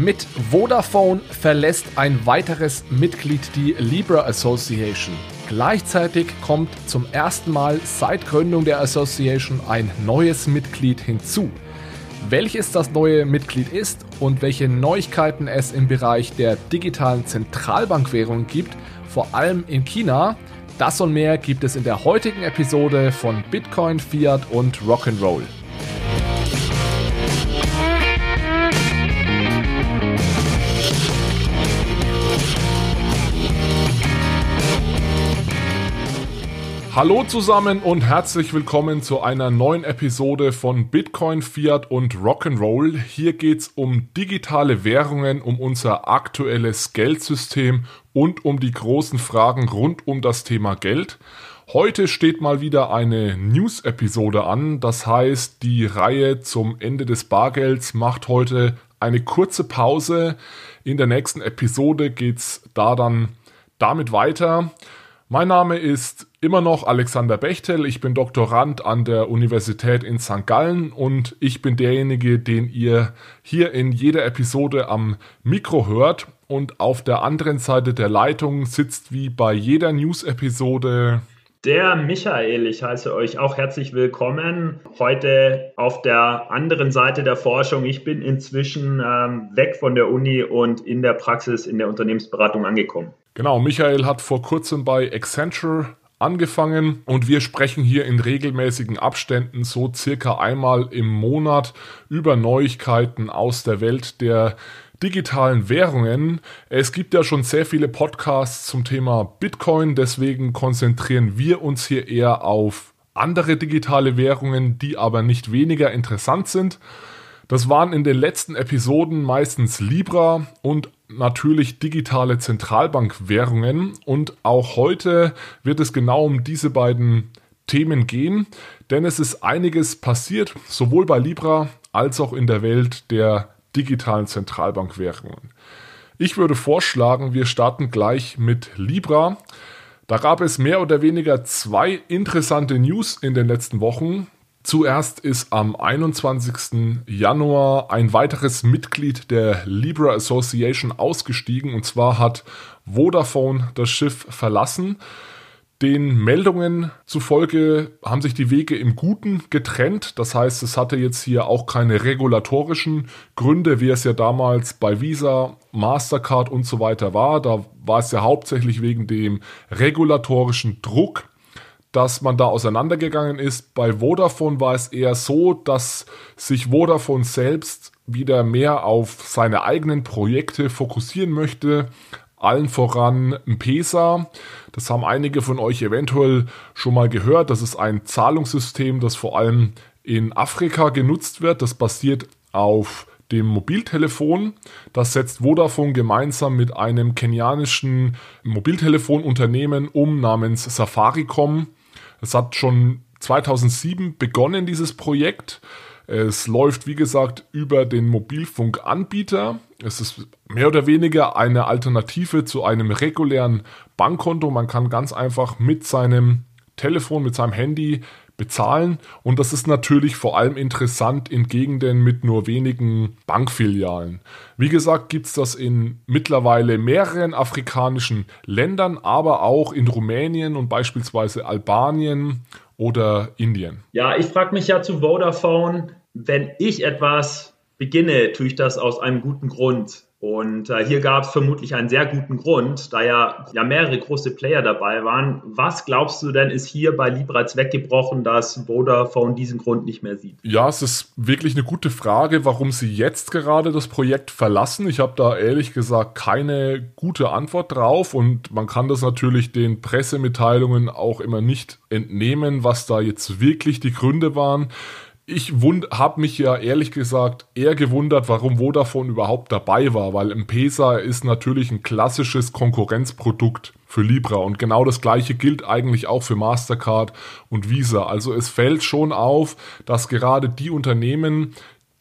Mit Vodafone verlässt ein weiteres Mitglied die Libra Association. Gleichzeitig kommt zum ersten Mal seit Gründung der Association ein neues Mitglied hinzu. Welches das neue Mitglied ist und welche Neuigkeiten es im Bereich der digitalen Zentralbankwährung gibt, vor allem in China, das und mehr gibt es in der heutigen Episode von Bitcoin, Fiat und Rock'n'Roll. Hallo zusammen und herzlich willkommen zu einer neuen Episode von Bitcoin, Fiat und Rock'n'Roll. Hier geht's um digitale Währungen, um unser aktuelles Geldsystem und um die großen Fragen rund um das Thema Geld. Heute steht mal wieder eine News-Episode an, das heißt, die Reihe zum Ende des Bargelds macht heute eine kurze Pause. In der nächsten Episode geht's dann damit weiter. Mein Name ist immer noch Alexander Bechtel, ich bin Doktorand an der Universität in St. Gallen und ich bin derjenige, den ihr hier in jeder Episode am Mikro hört. Und auf der anderen Seite der Leitung sitzt wie bei jeder News-Episode der Michael. Ich heiße euch auch herzlich willkommen. Heute auf der anderen Seite der Forschung. Ich bin inzwischen weg von der Uni und in der Praxis, in der Unternehmensberatung angekommen. Genau, Michael hat vor kurzem bei Accenture angefangen und wir sprechen hier in regelmäßigen Abständen so circa einmal im Monat über Neuigkeiten aus der Welt der digitalen Währungen. Es gibt ja schon sehr viele Podcasts zum Thema Bitcoin, deswegen konzentrieren wir uns hier eher auf andere digitale Währungen, die aber nicht weniger interessant sind. Das waren in den letzten Episoden meistens Libra und natürlich digitale Zentralbankwährungen. Und auch heute wird es genau um diese beiden Themen gehen, denn es ist einiges passiert, sowohl bei Libra als auch in der Welt der digitalen Zentralbankwährungen. Ich würde vorschlagen, wir starten gleich mit Libra. Da gab es mehr oder weniger zwei interessante News in den letzten Wochen. Zuerst ist am 21. Januar ein weiteres Mitglied der Libra Association ausgestiegen, und zwar hat Vodafone das Schiff verlassen. Den Meldungen zufolge haben sich die Wege im Guten getrennt, das heißt, es hatte jetzt hier auch keine regulatorischen Gründe, wie es ja damals bei Visa, Mastercard und so weiter war. Da war es ja hauptsächlich wegen dem regulatorischen Druck, dass man da auseinandergegangen ist. Bei Vodafone war es eher so, dass sich Vodafone selbst wieder mehr auf seine eigenen Projekte fokussieren möchte, allen voran M-Pesa. Das haben einige von euch eventuell schon mal gehört. Das ist ein Zahlungssystem, das vor allem in Afrika genutzt wird. Das basiert auf dem Mobiltelefon. Das setzt Vodafone gemeinsam mit einem kenianischen Mobiltelefonunternehmen namens Safaricom. Es hat schon 2007 begonnen, dieses Projekt. Es läuft, wie gesagt, über den Mobilfunkanbieter. Es ist mehr oder weniger eine Alternative zu einem regulären Bankkonto. Man kann ganz einfach mit seinem Telefon, mit seinem Handy bezahlen. Und das ist natürlich vor allem interessant in Gegenden mit nur wenigen Bankfilialen. Wie gesagt, gibt es das in mittlerweile mehreren afrikanischen Ländern, aber auch in Rumänien und beispielsweise Albanien oder Indien. Ja, ich frage mich ja zu Vodafone, wenn ich etwas beginne, tue ich das aus einem guten Grund. Und hier gab es vermutlich einen sehr guten Grund, da ja mehrere große Player dabei waren. Was glaubst du denn, ist hier bei Libra jetzt weggebrochen, dass Vodafone diesen Grund nicht mehr sieht? Ja, es ist wirklich eine gute Frage, warum sie jetzt gerade das Projekt verlassen. Ich habe da ehrlich gesagt keine gute Antwort drauf und man kann das natürlich den Pressemitteilungen auch immer nicht entnehmen, was da jetzt wirklich die Gründe waren. Ich habe mich ja ehrlich gesagt eher gewundert, warum Vodafone überhaupt dabei war, weil M-Pesa ist natürlich ein klassisches Konkurrenzprodukt für Libra und genau das gleiche gilt eigentlich auch für Mastercard und Visa. Also es fällt schon auf, dass gerade die Unternehmen,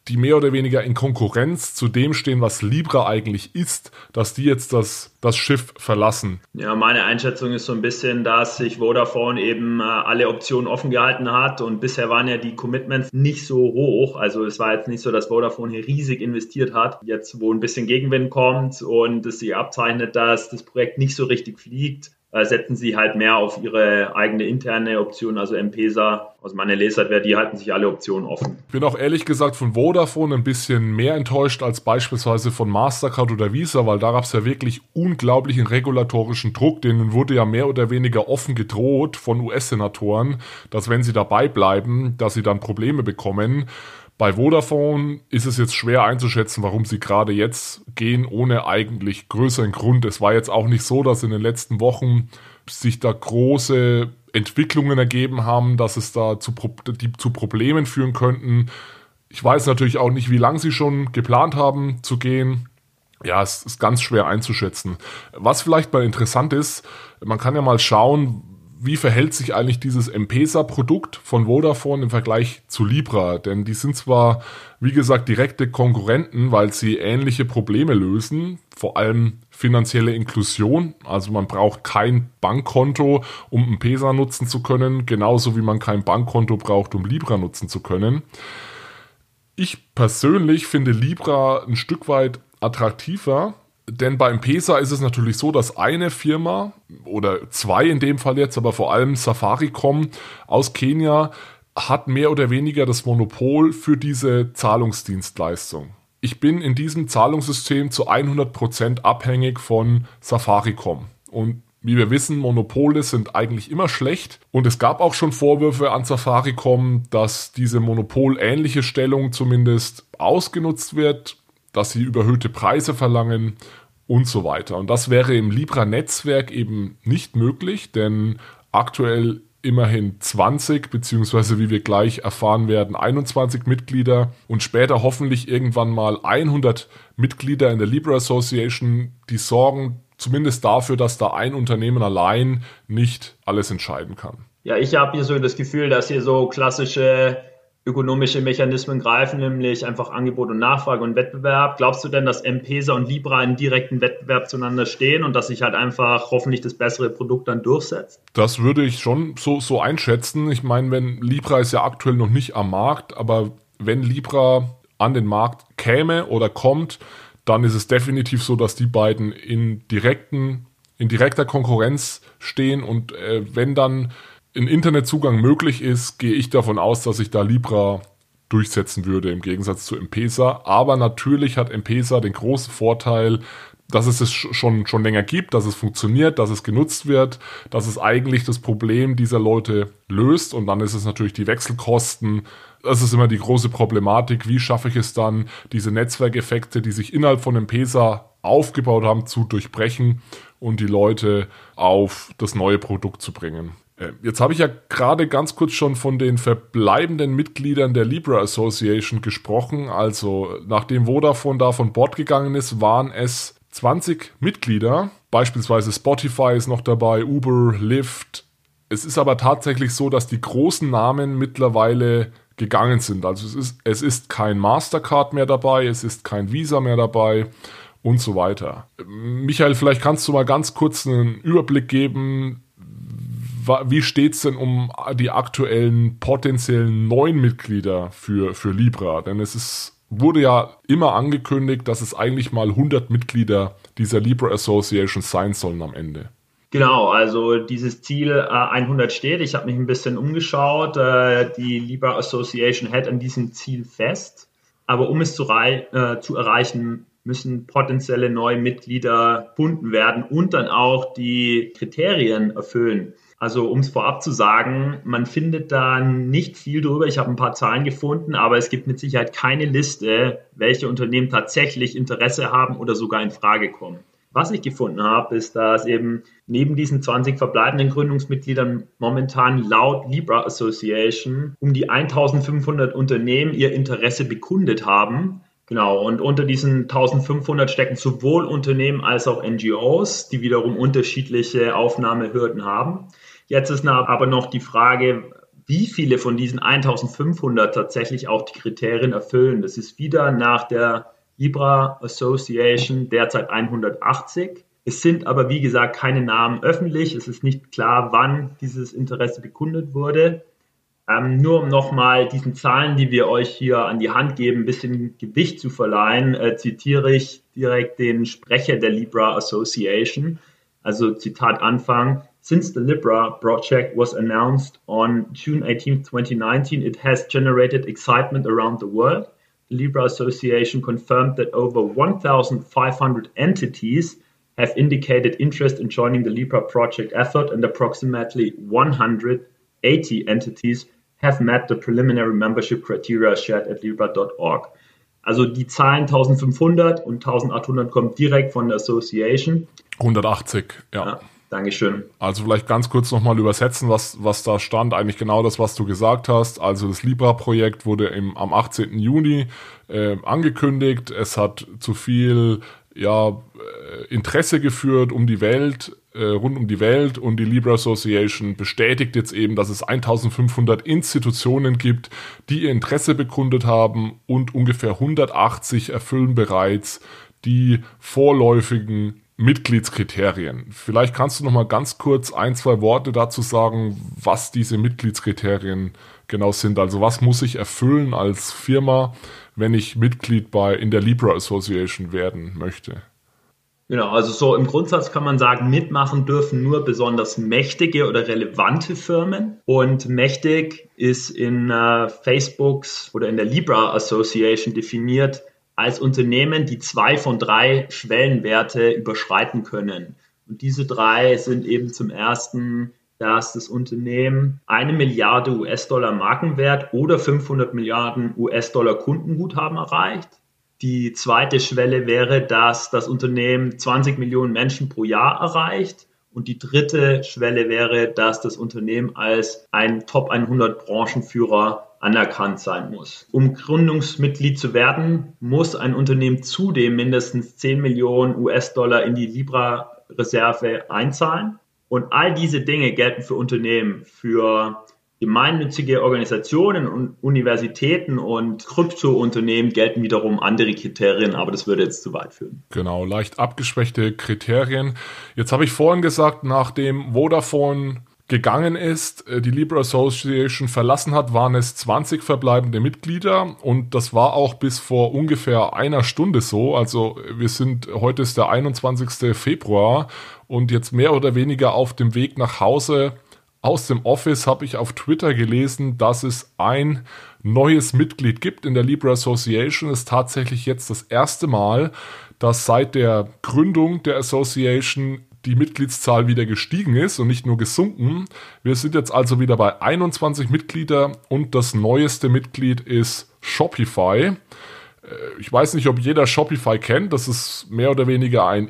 die mehr oder weniger in Konkurrenz zu dem stehen, was Libra eigentlich ist, dass die jetzt das Schiff verlassen? Ja, meine Einschätzung ist so ein bisschen, dass sich Vodafone eben alle Optionen offen gehalten hat und bisher waren ja die Commitments nicht so hoch. Also es war jetzt nicht so, dass Vodafone hier riesig investiert hat. Jetzt, wo ein bisschen Gegenwind kommt und es sich abzeichnet, dass das Projekt nicht so richtig fliegt, setzen sie halt mehr auf ihre eigene interne Option, also M-Pesa. Also meine Lesart wäre, die halten sich alle Optionen offen. Ich bin auch ehrlich gesagt von Vodafone ein bisschen mehr enttäuscht als beispielsweise von Mastercard oder Visa, weil da gab es ja wirklich unglaublichen regulatorischen Druck. Denen wurde ja mehr oder weniger offen gedroht von US-Senatoren, dass wenn sie dabei bleiben, dass sie dann Probleme bekommen. Bei Vodafone ist es jetzt schwer einzuschätzen, warum sie gerade jetzt gehen, ohne eigentlich größeren Grund. Es war jetzt auch nicht so, dass in den letzten Wochen sich da große Entwicklungen ergeben haben, dass es da zu Problemen führen könnten. Ich weiß natürlich auch nicht, wie lange sie schon geplant haben zu gehen. Ja, es ist ganz schwer einzuschätzen. Was vielleicht mal interessant ist, man kann ja mal schauen, wie verhält sich eigentlich dieses M-Pesa-Produkt von Vodafone im Vergleich zu Libra? Denn die sind zwar, wie gesagt, direkte Konkurrenten, weil sie ähnliche Probleme lösen, vor allem finanzielle Inklusion. Also man braucht kein Bankkonto, um M-Pesa nutzen zu können, genauso wie man kein Bankkonto braucht, um Libra nutzen zu können. Ich persönlich finde Libra ein Stück weit attraktiver, denn bei M-Pesa ist es natürlich so, dass eine Firma oder zwei in dem Fall jetzt, aber vor allem Safaricom aus Kenia hat mehr oder weniger das Monopol für diese Zahlungsdienstleistung. Ich bin in diesem Zahlungssystem zu 100% abhängig von Safaricom. Und wie wir wissen, Monopole sind eigentlich immer schlecht. Und es gab auch schon Vorwürfe an Safaricom, dass diese monopolähnliche Stellung zumindest ausgenutzt wird, dass sie überhöhte Preise verlangen und so weiter. Und das wäre im Libra-Netzwerk eben nicht möglich, denn aktuell immerhin 20, beziehungsweise wie wir gleich erfahren werden, 21 Mitglieder und später hoffentlich irgendwann mal 100 Mitglieder in der Libra Association, die sorgen zumindest dafür, dass da ein Unternehmen allein nicht alles entscheiden kann. Ja, ich habe hier so das Gefühl, dass hier so klassische ökonomische Mechanismen greifen, nämlich einfach Angebot und Nachfrage und Wettbewerb. Glaubst du denn, dass M-Pesa und Libra in direkten Wettbewerb zueinander stehen und dass sich halt einfach hoffentlich das bessere Produkt dann durchsetzt? Das würde ich schon so einschätzen. Ich meine, wenn Libra ist ja aktuell noch nicht am Markt, aber wenn Libra an den Markt käme oder kommt, dann ist es definitiv so, dass die beiden in direkter Konkurrenz stehen und wenn dann ein Internetzugang möglich ist, gehe ich davon aus, dass sich da Libra durchsetzen würde im Gegensatz zu M-Pesa. Aber natürlich hat M-Pesa den großen Vorteil, dass es schon länger gibt, dass es funktioniert, dass es genutzt wird, dass es eigentlich das Problem dieser Leute löst. Und dann ist es natürlich die Wechselkosten. Das ist immer die große Problematik. Wie schaffe ich es dann, diese Netzwerkeffekte, die sich innerhalb von M-Pesa aufgebaut haben, zu durchbrechen und die Leute auf das neue Produkt zu bringen? Jetzt habe ich ja gerade ganz kurz schon von den verbleibenden Mitgliedern der Libra Association gesprochen. Also nachdem Vodafone da von Bord gegangen ist, waren es 20 Mitglieder. Beispielsweise Spotify ist noch dabei, Uber, Lyft. Es ist aber tatsächlich so, dass die großen Namen mittlerweile gegangen sind. Also es ist kein Mastercard mehr dabei, es ist kein Visa mehr dabei und so weiter. Michael, vielleicht kannst du mal ganz kurz einen Überblick geben. Wie steht es denn um die aktuellen potenziellen neuen Mitglieder für Libra? Denn wurde ja immer angekündigt, dass es eigentlich mal 100 Mitglieder dieser Libra Association sein sollen am Ende. Genau, also dieses Ziel 100 steht. Ich habe mich ein bisschen umgeschaut. Die Libra Association hält an diesem Ziel fest. Aber um es zu erreichen, müssen potenzielle neue Mitglieder gefunden werden und dann auch die Kriterien erfüllen. Also um es vorab zu sagen, man findet da nicht viel drüber. Ich habe ein paar Zahlen gefunden, aber es gibt mit Sicherheit keine Liste, welche Unternehmen tatsächlich Interesse haben oder sogar in Frage kommen. Was ich gefunden habe, ist, dass eben neben diesen 20 verbleibenden Gründungsmitgliedern momentan laut Libra Association um die 1500 Unternehmen ihr Interesse bekundet haben. Genau, und unter diesen 1500 stecken sowohl Unternehmen als auch NGOs, die wiederum unterschiedliche Aufnahmehürden haben. Jetzt ist aber noch die Frage, wie viele von diesen 1500 tatsächlich auch die Kriterien erfüllen. Das ist wieder nach der Libra Association derzeit 180. Es sind aber, wie gesagt, keine Namen öffentlich. Es ist nicht klar, wann dieses Interesse bekundet wurde. Nur um nochmal diesen Zahlen, die wir euch hier an die Hand geben, ein bisschen Gewicht zu verleihen, zitiere ich direkt den Sprecher der Libra Association. Also Zitat Anfang. Since the Libra project was announced on June 18, 2019, it has generated excitement around the world. The Libra Association confirmed that over 1,500 entities have indicated interest in joining the Libra project effort, and approximately 180 entities have met the preliminary membership criteria shared at libra.org. Also die Zahlen 1500 und 1800 kommen direkt von der Association. 180, ja. Dankeschön. Also vielleicht ganz kurz nochmal übersetzen, was da stand. Eigentlich genau das, was du gesagt hast. Also das Libra-Projekt wurde am 18. Juni angekündigt. Es hat zu viel Interesse geführt um die Welt, rund um die Welt, und die Libra Association bestätigt jetzt eben, dass es 1500 Institutionen gibt, die ihr Interesse bekundet haben, und ungefähr 180 erfüllen bereits die vorläufigen Mitgliedskriterien. Vielleicht kannst du noch mal ganz kurz 1-2 Worte dazu sagen, was diese Mitgliedskriterien genau sind. Also was muss ich erfüllen als Firma, wenn ich Mitglied in der Libra Association werden möchte? Genau, also so im Grundsatz kann man sagen, mitmachen dürfen nur besonders mächtige oder relevante Firmen. Und mächtig ist in Facebooks oder in der Libra Association definiert als Unternehmen, die 2 von 3 Schwellenwerte überschreiten können. Und diese 3 sind eben zum ersten, dass das Unternehmen 1 Milliarde US-Dollar Markenwert oder 500 Milliarden US-Dollar Kundenguthaben erreicht. Die zweite Schwelle wäre, dass das Unternehmen 20 Millionen Menschen pro Jahr erreicht. Und die dritte Schwelle wäre, dass das Unternehmen als ein Top 100 Branchenführer anerkannt sein muss. Um Gründungsmitglied zu werden, muss ein Unternehmen zudem mindestens 10 Millionen US-Dollar in die Libra-Reserve einzahlen. Und all diese Dinge gelten für Unternehmen, für gemeinnützige Organisationen und Universitäten und Kryptounternehmen gelten wiederum andere Kriterien, aber das würde jetzt zu weit führen. Genau, leicht abgeschwächte Kriterien. Jetzt habe ich vorhin gesagt, nachdem Vodafone gegangen ist, die Libra Association verlassen hat, waren es 20 verbleibende Mitglieder, und das war auch bis vor ungefähr einer Stunde so. Also heute ist der 21. Februar und jetzt mehr oder weniger auf dem Weg nach Hause aus dem Office habe ich auf Twitter gelesen, dass es ein neues Mitglied gibt in der Libra Association. Es ist tatsächlich jetzt das erste Mal, dass seit der Gründung der Association die Mitgliedszahl wieder gestiegen ist und nicht nur gesunken. Wir sind jetzt also wieder bei 21 Mitglieder, und das neueste Mitglied ist Shopify. Ich weiß nicht, ob jeder Shopify kennt. Das ist mehr oder weniger ein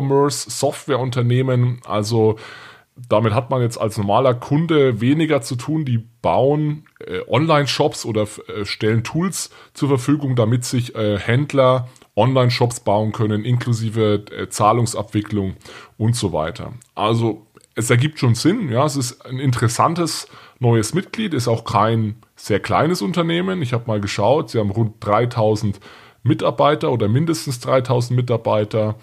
E-Commerce-Softwareunternehmen. Also damit hat man jetzt als normaler Kunde weniger zu tun. Die bauen Online-Shops oder stellen Tools zur Verfügung, damit sich Händler Online-Shops bauen können, inklusive Zahlungsabwicklung und so weiter. Also es ergibt schon Sinn. Ja, es ist ein interessantes neues Mitglied, ist auch kein sehr kleines Unternehmen. Ich habe mal geschaut, sie haben rund 3000 Mitarbeiter oder mindestens 3000 Mitarbeiter.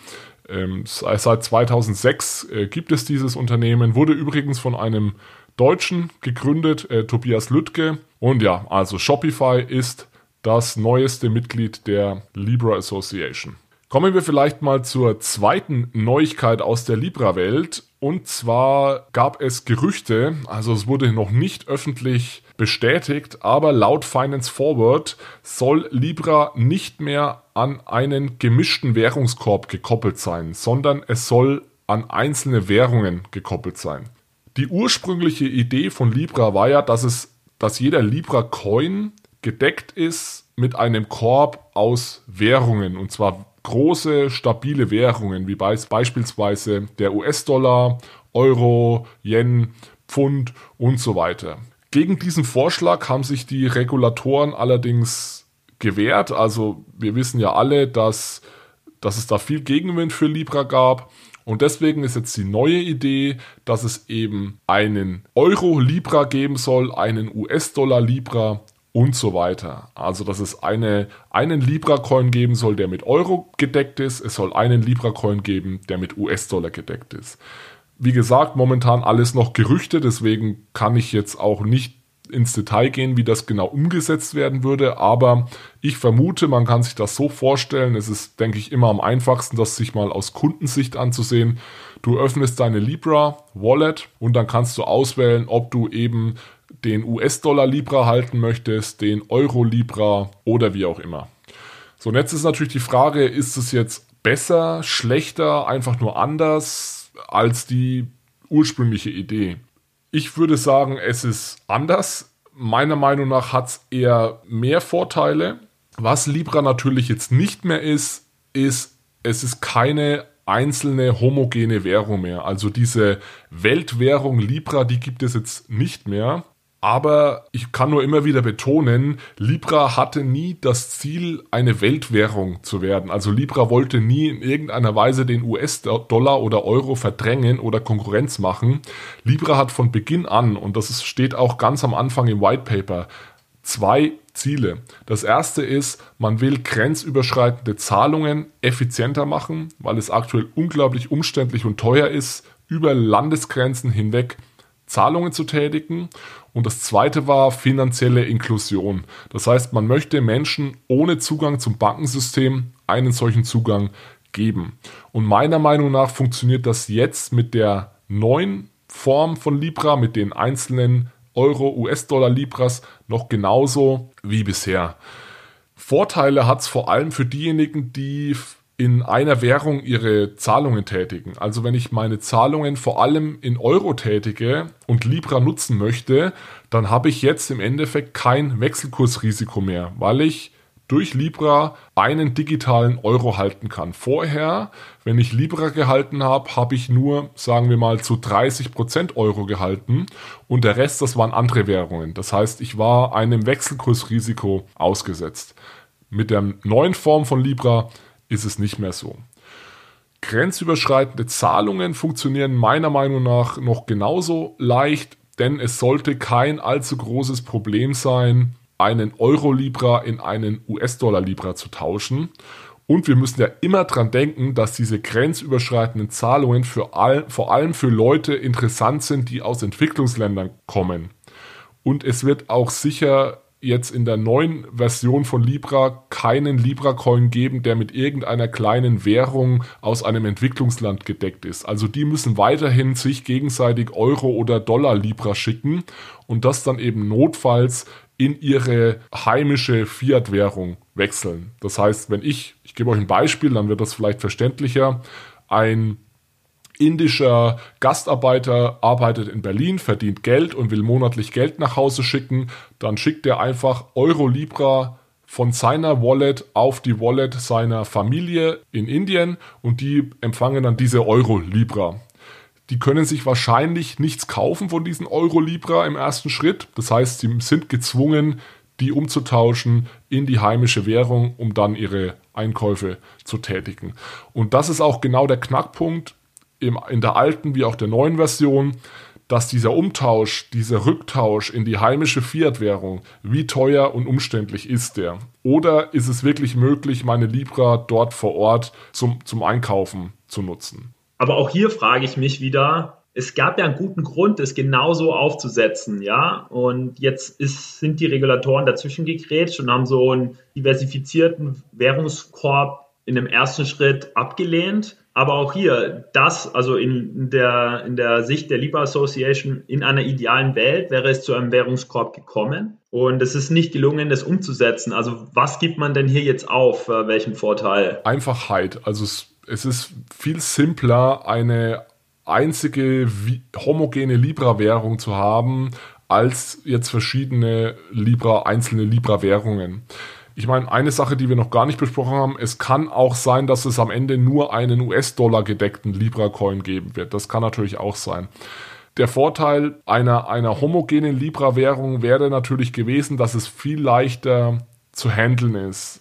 Seit 2006 gibt es dieses Unternehmen, wurde übrigens von einem Deutschen gegründet, Tobias Lüttke. Und ja, also Shopify ist das neueste Mitglied der Libra Association. Kommen wir vielleicht mal zur zweiten Neuigkeit aus der Libra-Welt. Und zwar gab es Gerüchte, also es wurde noch nicht öffentlich bestätigt, aber laut Finance Forward soll Libra nicht mehr an einen gemischten Währungskorb gekoppelt sein, sondern es soll an einzelne Währungen gekoppelt sein. Die ursprüngliche Idee von Libra war ja, dass jeder Libra-Coin gedeckt ist mit einem Korb aus Währungen, und zwar große, stabile Währungen, wie beispielsweise der US-Dollar, Euro, Yen, Pfund und so weiter. Gegen diesen Vorschlag haben sich die Regulatoren allerdings gewehrt. Also wir wissen ja alle, dass dass es da viel Gegenwind für Libra gab. Und deswegen ist jetzt die neue Idee, dass es eben einen Euro-Libra geben soll, einen US-Dollar-Libra und so weiter. Also, dass es einen Libra-Coin geben soll, der mit Euro gedeckt ist. Es soll einen Libra-Coin geben, der mit US-Dollar gedeckt ist. Wie gesagt, momentan alles noch Gerüchte, deswegen kann ich jetzt auch nicht ins Detail gehen, wie das genau umgesetzt werden würde, aber ich vermute, man kann sich das so vorstellen, es ist, denke ich, immer am einfachsten, das sich mal aus Kundensicht anzusehen. Du öffnest deine Libra Wallet und dann kannst du auswählen, ob du eben den US-Dollar Libra halten möchtest, den Euro Libra oder wie auch immer. So, und jetzt ist natürlich die Frage, ist es jetzt besser, schlechter, einfach nur anders als die ursprüngliche Idee? Ich würde sagen, es ist anders. Meiner Meinung nach hat es eher mehr Vorteile. Was Libra natürlich jetzt nicht mehr ist, es ist keine einzelne homogene Währung mehr. Also diese Weltwährung Libra, die gibt es jetzt nicht mehr. Aber ich kann nur immer wieder betonen, Libra hatte nie das Ziel, eine Weltwährung zu werden. Also Libra wollte nie in irgendeiner Weise den US-Dollar oder Euro verdrängen oder Konkurrenz machen. Libra hat von Beginn an, und das steht auch ganz am Anfang im White Paper, 2 Ziele. Das erste ist, man will grenzüberschreitende Zahlungen effizienter machen, weil es aktuell unglaublich umständlich und teuer ist, über Landesgrenzen hinweg Zahlungen zu tätigen. Und das zweite war finanzielle Inklusion. Das heißt, man möchte Menschen ohne Zugang zum Bankensystem einen solchen Zugang geben. Und meiner Meinung nach funktioniert das jetzt mit der neuen Form von Libra, mit den einzelnen Euro, US-Dollar, Libras noch genauso wie bisher. Vorteile hat es vor allem für diejenigen, die in einer Währung ihre Zahlungen tätigen. Also wenn ich meine Zahlungen vor allem in Euro tätige und Libra nutzen möchte, dann habe ich jetzt im Endeffekt kein Wechselkursrisiko mehr, weil ich durch Libra einen digitalen Euro halten kann. Vorher, wenn ich Libra gehalten habe, habe ich nur, sagen wir mal, zu 30% Euro gehalten und der Rest, das waren andere Währungen. Das heißt, ich war einem Wechselkursrisiko ausgesetzt. Mit der neuen Form von Libra ist es nicht mehr so. Grenzüberschreitende Zahlungen funktionieren meiner Meinung nach noch genauso leicht, denn es sollte kein allzu großes Problem sein, einen Euro-Libra in einen US-Dollar-Libra zu tauschen. Und wir müssen ja immer dran denken, dass diese grenzüberschreitenden Zahlungen vor allem für Leute interessant sind, die aus Entwicklungsländern kommen. Und es wird auch sicher jetzt in der neuen Version von Libra keinen Libra-Coin geben, der mit irgendeiner kleinen Währung aus einem Entwicklungsland gedeckt ist. Also die müssen weiterhin sich gegenseitig Euro oder Dollar Libra schicken und das dann eben notfalls in ihre heimische Fiat-Währung wechseln. Das heißt, wenn ich gebe euch ein Beispiel, dann wird das vielleicht verständlicher, ein indischer Gastarbeiter arbeitet in Berlin, verdient Geld und will monatlich Geld nach Hause schicken, dann schickt er einfach Euro Libra von seiner Wallet auf die Wallet seiner Familie in Indien und die empfangen dann diese Euro Libra. Die können sich wahrscheinlich nichts kaufen von diesen Euro Libra im ersten Schritt. Das heißt, sie sind gezwungen, die umzutauschen in die heimische Währung, um dann ihre Einkäufe zu tätigen. Und das ist auch genau der Knackpunkt in der alten wie auch der neuen Version, dass dieser Umtausch, dieser Rücktausch in die heimische Fiat-Währung, wie teuer und umständlich ist der? Oder ist es wirklich möglich, meine Libra dort vor Ort zum Einkaufen zu nutzen? Aber auch hier frage ich mich wieder, es gab ja einen guten Grund, es genauso aufzusetzen, ja. Und jetzt sind die Regulatoren dazwischen gegrätscht und haben so einen diversifizierten Währungskorb in dem ersten Schritt abgelehnt. Aber auch hier, also in der Sicht der Libra Association, in einer idealen Welt wäre es zu einem Währungskorb gekommen. Und es ist nicht gelungen, das umzusetzen. Also was gibt man denn hier jetzt auf? Welchen Vorteil? Einfachheit. Also es ist viel simpler, eine einzige homogene Libra-Währung zu haben, als jetzt verschiedene einzelne Libra-Währungen. Ich meine, eine Sache, die wir noch gar nicht besprochen haben, es kann auch sein, dass es am Ende nur einen US-Dollar gedeckten Libra-Coin geben wird. Das kann natürlich auch sein. Der Vorteil einer homogenen Libra-Währung wäre natürlich gewesen, dass es viel leichter zu handeln ist.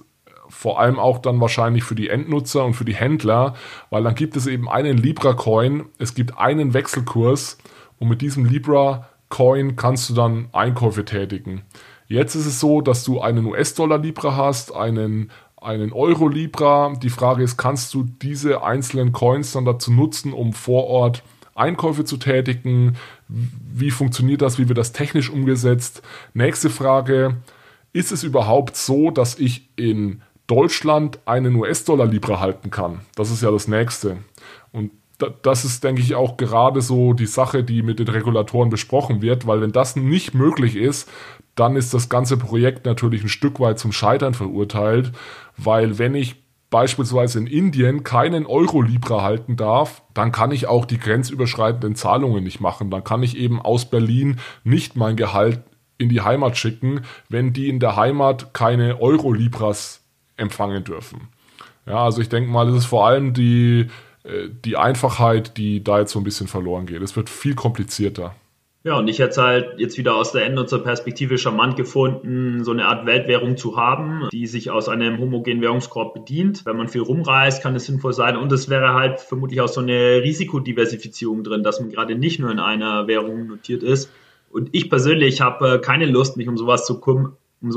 vor allem auch dann wahrscheinlich für die Endnutzer und für die Händler, weil dann gibt es eben einen Libra-Coin, es gibt einen Wechselkurs und mit diesem Libra-Coin kannst du dann Einkäufe tätigen. Jetzt ist es so, dass du einen US-Dollar-Libra hast, einen Euro-Libra. Die Frage ist, kannst du diese einzelnen Coins dann dazu nutzen, um vor Ort Einkäufe zu tätigen? Wie funktioniert das? Wie wird das technisch umgesetzt? Nächste Frage, ist es überhaupt so, dass ich in Deutschland einen US-Dollar-Libra halten kann? Das ist ja das Nächste. Und das ist, denke ich, auch gerade so die Sache, die mit den Regulatoren besprochen wird, weil wenn das nicht möglich ist, dann ist das ganze Projekt natürlich ein Stück weit zum Scheitern verurteilt, weil wenn ich beispielsweise in Indien keinen Euro-Libra halten darf, dann kann ich auch die grenzüberschreitenden Zahlungen nicht machen. Dann kann ich eben aus Berlin nicht mein Gehalt in die Heimat schicken, wenn die in der Heimat keine Euro-Libras empfangen dürfen. Ja, also ich denke mal, es ist vor allem die Einfachheit, die da jetzt so ein bisschen verloren geht. Es wird viel komplizierter. Ja, und ich hätte es halt jetzt wieder aus der Endnutzerperspektive charmant gefunden, so eine Art Weltwährung zu haben, die sich aus einem homogenen Währungskorb bedient. Wenn man viel rumreist, kann es sinnvoll sein. Und es wäre halt vermutlich auch so eine Risikodiversifizierung drin, dass man gerade nicht nur in einer Währung notiert ist. Und ich persönlich habe keine Lust, mich um sowas zu kümmern.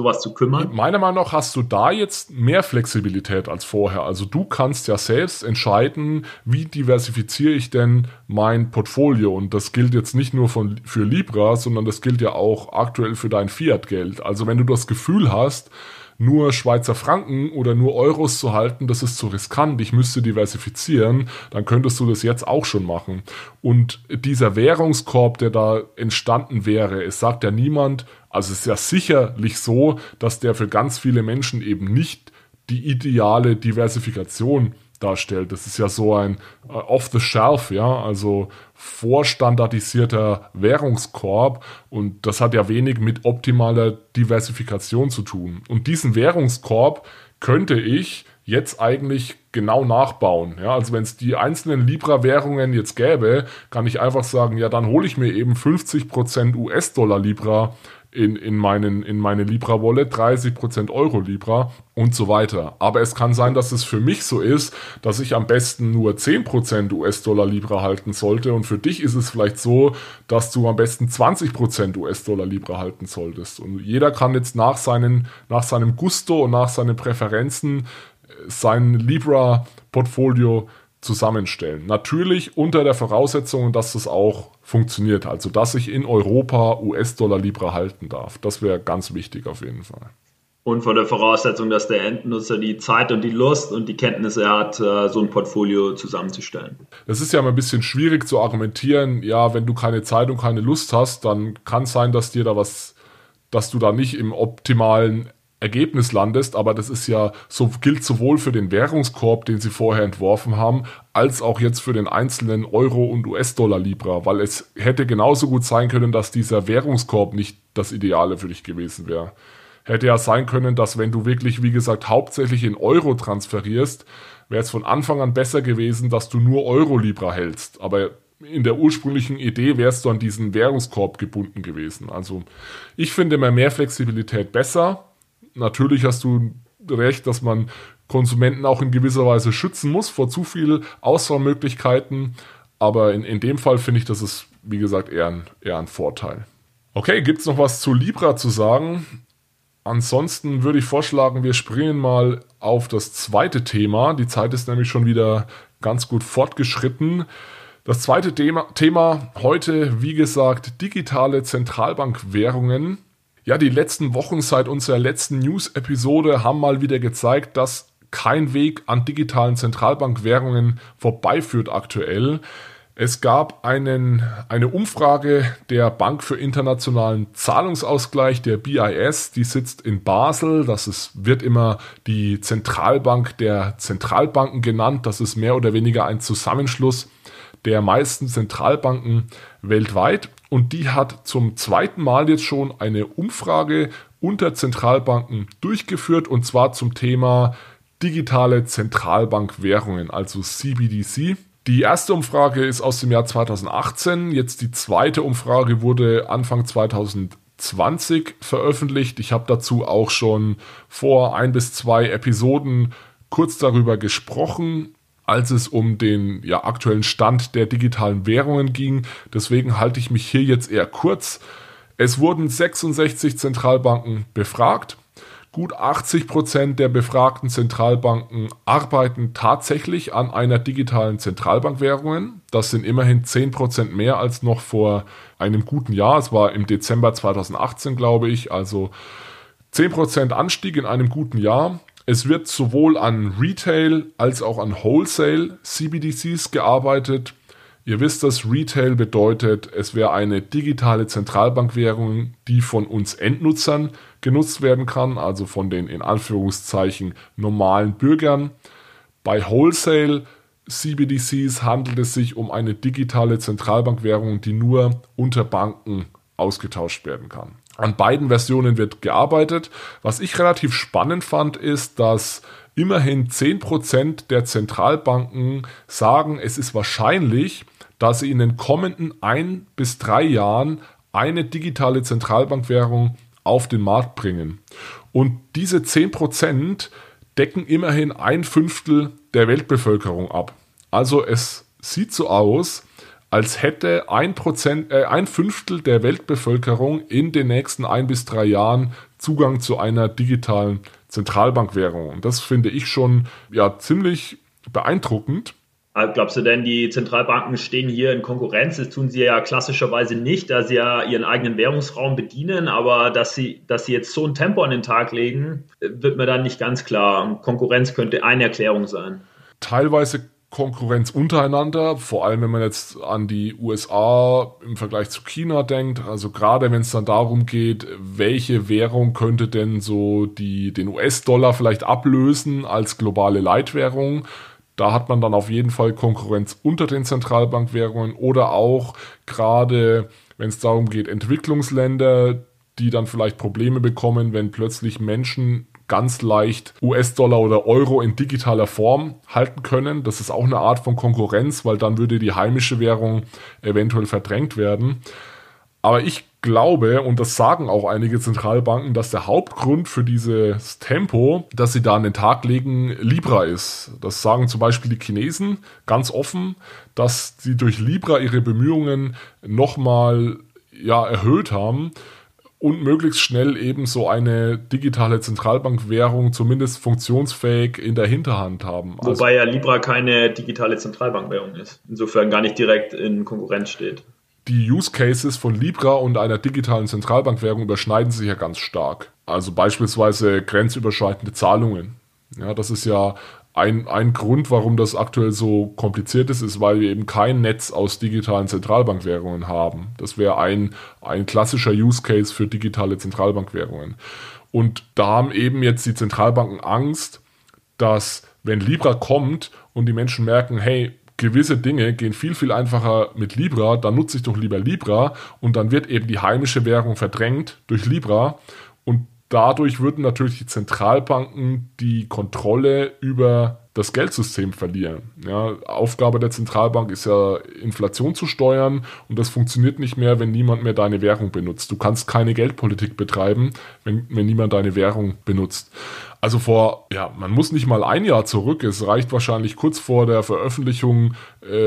Meiner Meinung nach hast du da jetzt mehr Flexibilität als vorher. Also du kannst ja selbst entscheiden, wie diversifiziere ich denn mein Portfolio. Und das gilt jetzt nicht nur für Libra, sondern das gilt ja auch aktuell für dein Fiat-Geld. Also wenn du das Gefühl hast, nur Schweizer Franken oder nur Euros zu halten, das ist zu riskant, ich müsste diversifizieren, dann könntest du das jetzt auch schon machen. Und dieser Währungskorb, der da entstanden wäre, es sagt ja niemand, also es ist ja sicherlich so, dass der für ganz viele Menschen eben nicht die ideale Diversifikation darstellt. Das ist ja so ein off-the-shelf, ja, also vorstandardisierter Währungskorb und das hat ja wenig mit optimaler Diversifikation zu tun. Und diesen Währungskorb könnte ich jetzt eigentlich genau nachbauen. Ja, also wenn es die einzelnen Libra-Währungen jetzt gäbe, kann ich einfach sagen, ja, dann hole ich mir eben 50% US-Dollar-Libra in meine Libra-Wallet, 30% Euro-Libra und so weiter. Aber es kann sein, dass es für mich so ist, dass ich am besten nur 10% US-Dollar-Libra halten sollte und für dich ist es vielleicht so, dass du am besten 20% US-Dollar-Libra halten solltest. Und jeder kann jetzt nach seinem Gusto und nach seinen Präferenzen sein Libra-Portfolio zusammenstellen. Natürlich unter der Voraussetzung, dass das auch funktioniert, also dass ich in Europa US-Dollar-Libra halten darf. Das wäre ganz wichtig auf jeden Fall. Und von der Voraussetzung, dass der Endnutzer die Zeit und die Lust und die Kenntnisse hat, so ein Portfolio zusammenzustellen. Das ist ja immer ein bisschen schwierig zu argumentieren, ja, wenn du keine Zeit und keine Lust hast, dann kann es sein, dass du da nicht im optimalen Ergebnis landest, aber das ist ja gilt sowohl für den Währungskorb, den sie vorher entworfen haben, als auch jetzt für den einzelnen Euro- und US-Dollar-Libra, weil es hätte genauso gut sein können, dass dieser Währungskorb nicht das Ideale für dich gewesen wäre. Hätte ja sein können, dass wenn du wirklich, wie gesagt, hauptsächlich in Euro transferierst, wäre es von Anfang an besser gewesen, dass du nur Euro-Libra hältst, aber in der ursprünglichen Idee wärst du an diesen Währungskorb gebunden gewesen. Also ich finde mehr Flexibilität besser. Natürlich hast du recht, dass man Konsumenten auch in gewisser Weise schützen muss vor zu viel Auswahlmöglichkeiten. Aber in dem Fall finde ich, das ist, wie gesagt, eher ein Vorteil. Okay, gibt es noch was zu Libra zu sagen? Ansonsten würde ich vorschlagen, wir springen mal auf das zweite Thema. Die Zeit ist nämlich schon wieder ganz gut fortgeschritten. Das zweite Thema heute, wie gesagt, digitale Zentralbankwährungen. Ja, die letzten Wochen seit unserer letzten News-Episode haben mal wieder gezeigt, dass kein Weg an digitalen Zentralbankwährungen vorbeiführt aktuell. Es gab eine Umfrage der Bank für internationalen Zahlungsausgleich, der BIS, die sitzt in Basel. Wird immer die Zentralbank der Zentralbanken genannt. Das ist mehr oder weniger ein Zusammenschluss der meisten Zentralbanken weltweit. Und die hat zum zweiten Mal jetzt schon eine Umfrage unter Zentralbanken durchgeführt und zwar zum Thema digitale Zentralbankwährungen, also CBDC. Die erste Umfrage ist aus dem Jahr 2018, jetzt die zweite Umfrage wurde Anfang 2020 2020 veröffentlicht. Ich habe dazu auch schon vor 1 bis 2 Episoden kurz darüber gesprochen, als es um den aktuellen Stand der digitalen Währungen ging. Deswegen halte ich mich hier jetzt eher kurz. Es wurden 66 Zentralbanken befragt. Gut 80% der befragten Zentralbanken arbeiten tatsächlich an einer digitalen Zentralbankwährung. Das sind immerhin 10% mehr als noch vor einem guten Jahr. Es war im Dezember 2018, glaube ich. Also 10% Anstieg in einem guten Jahr. Es wird sowohl an Retail als auch an Wholesale CBDCs gearbeitet. Ihr wisst, dass Retail bedeutet, es wäre eine digitale Zentralbankwährung, die von uns Endnutzern genutzt werden kann, also von den in Anführungszeichen normalen Bürgern. Bei Wholesale CBDCs handelt es sich um eine digitale Zentralbankwährung, die nur unter Banken ausgetauscht werden kann. An beiden Versionen wird gearbeitet. Was ich relativ spannend fand, ist, dass immerhin 10% der Zentralbanken sagen, es ist wahrscheinlich, dass sie in den kommenden 1 bis 3 Jahren eine digitale Zentralbankwährung auf den Markt bringen. Und diese 10% decken immerhin 1/5 der Weltbevölkerung ab. Also es sieht so aus, als hätte 1/5 der Weltbevölkerung in den nächsten 1 bis 3 Jahren Zugang zu einer digitalen Zentralbankwährung. Und das finde ich schon ziemlich beeindruckend. Glaubst du denn, die Zentralbanken stehen hier in Konkurrenz? Das tun sie ja klassischerweise nicht, da sie ja ihren eigenen Währungsraum bedienen. Aber dass sie jetzt so ein Tempo an den Tag legen, wird mir dann nicht ganz klar. Konkurrenz könnte eine Erklärung sein. Teilweise Konkurrenz untereinander, vor allem wenn man jetzt an die USA im Vergleich zu China denkt. Also gerade wenn es dann darum geht, welche Währung könnte denn so den US-Dollar vielleicht ablösen als globale Leitwährung. Da hat man dann auf jeden Fall Konkurrenz unter den Zentralbankwährungen oder auch gerade, wenn es darum geht, Entwicklungsländer, die dann vielleicht Probleme bekommen, wenn plötzlich Menschen ganz leicht US-Dollar oder Euro in digitaler Form halten können. Das ist auch eine Art von Konkurrenz, weil dann würde die heimische Währung eventuell verdrängt werden. Aber ich glaube, und das sagen auch einige Zentralbanken, dass der Hauptgrund für dieses Tempo, das sie da an den Tag legen, Libra ist. Das sagen zum Beispiel die Chinesen ganz offen, dass sie durch Libra ihre Bemühungen nochmal erhöht haben und möglichst schnell eben so eine digitale Zentralbankwährung zumindest funktionsfähig in der Hinterhand haben. Wobei ja Libra keine digitale Zentralbankwährung ist, insofern gar nicht direkt in Konkurrenz steht. Die Use Cases von Libra und einer digitalen Zentralbankwährung überschneiden sich ja ganz stark. Also beispielsweise grenzüberschreitende Zahlungen. Ja, das ist ja ein Grund, warum das aktuell so kompliziert ist, weil wir eben kein Netz aus digitalen Zentralbankwährungen haben. Das wäre ein klassischer Use Case für digitale Zentralbankwährungen. Und da haben eben jetzt die Zentralbanken Angst, dass wenn Libra kommt und die Menschen merken, hey, gewisse Dinge gehen viel, viel einfacher mit Libra, dann nutze ich doch lieber Libra und dann wird eben die heimische Währung verdrängt durch Libra und dadurch würden natürlich die Zentralbanken die Kontrolle über das Geldsystem verlieren. Ja, Aufgabe der Zentralbank ist ja, Inflation zu steuern und das funktioniert nicht mehr, wenn niemand mehr deine Währung benutzt. Du kannst keine Geldpolitik betreiben, wenn niemand deine Währung benutzt. Also man muss nicht mal ein Jahr zurück, es reicht wahrscheinlich kurz vor der Veröffentlichung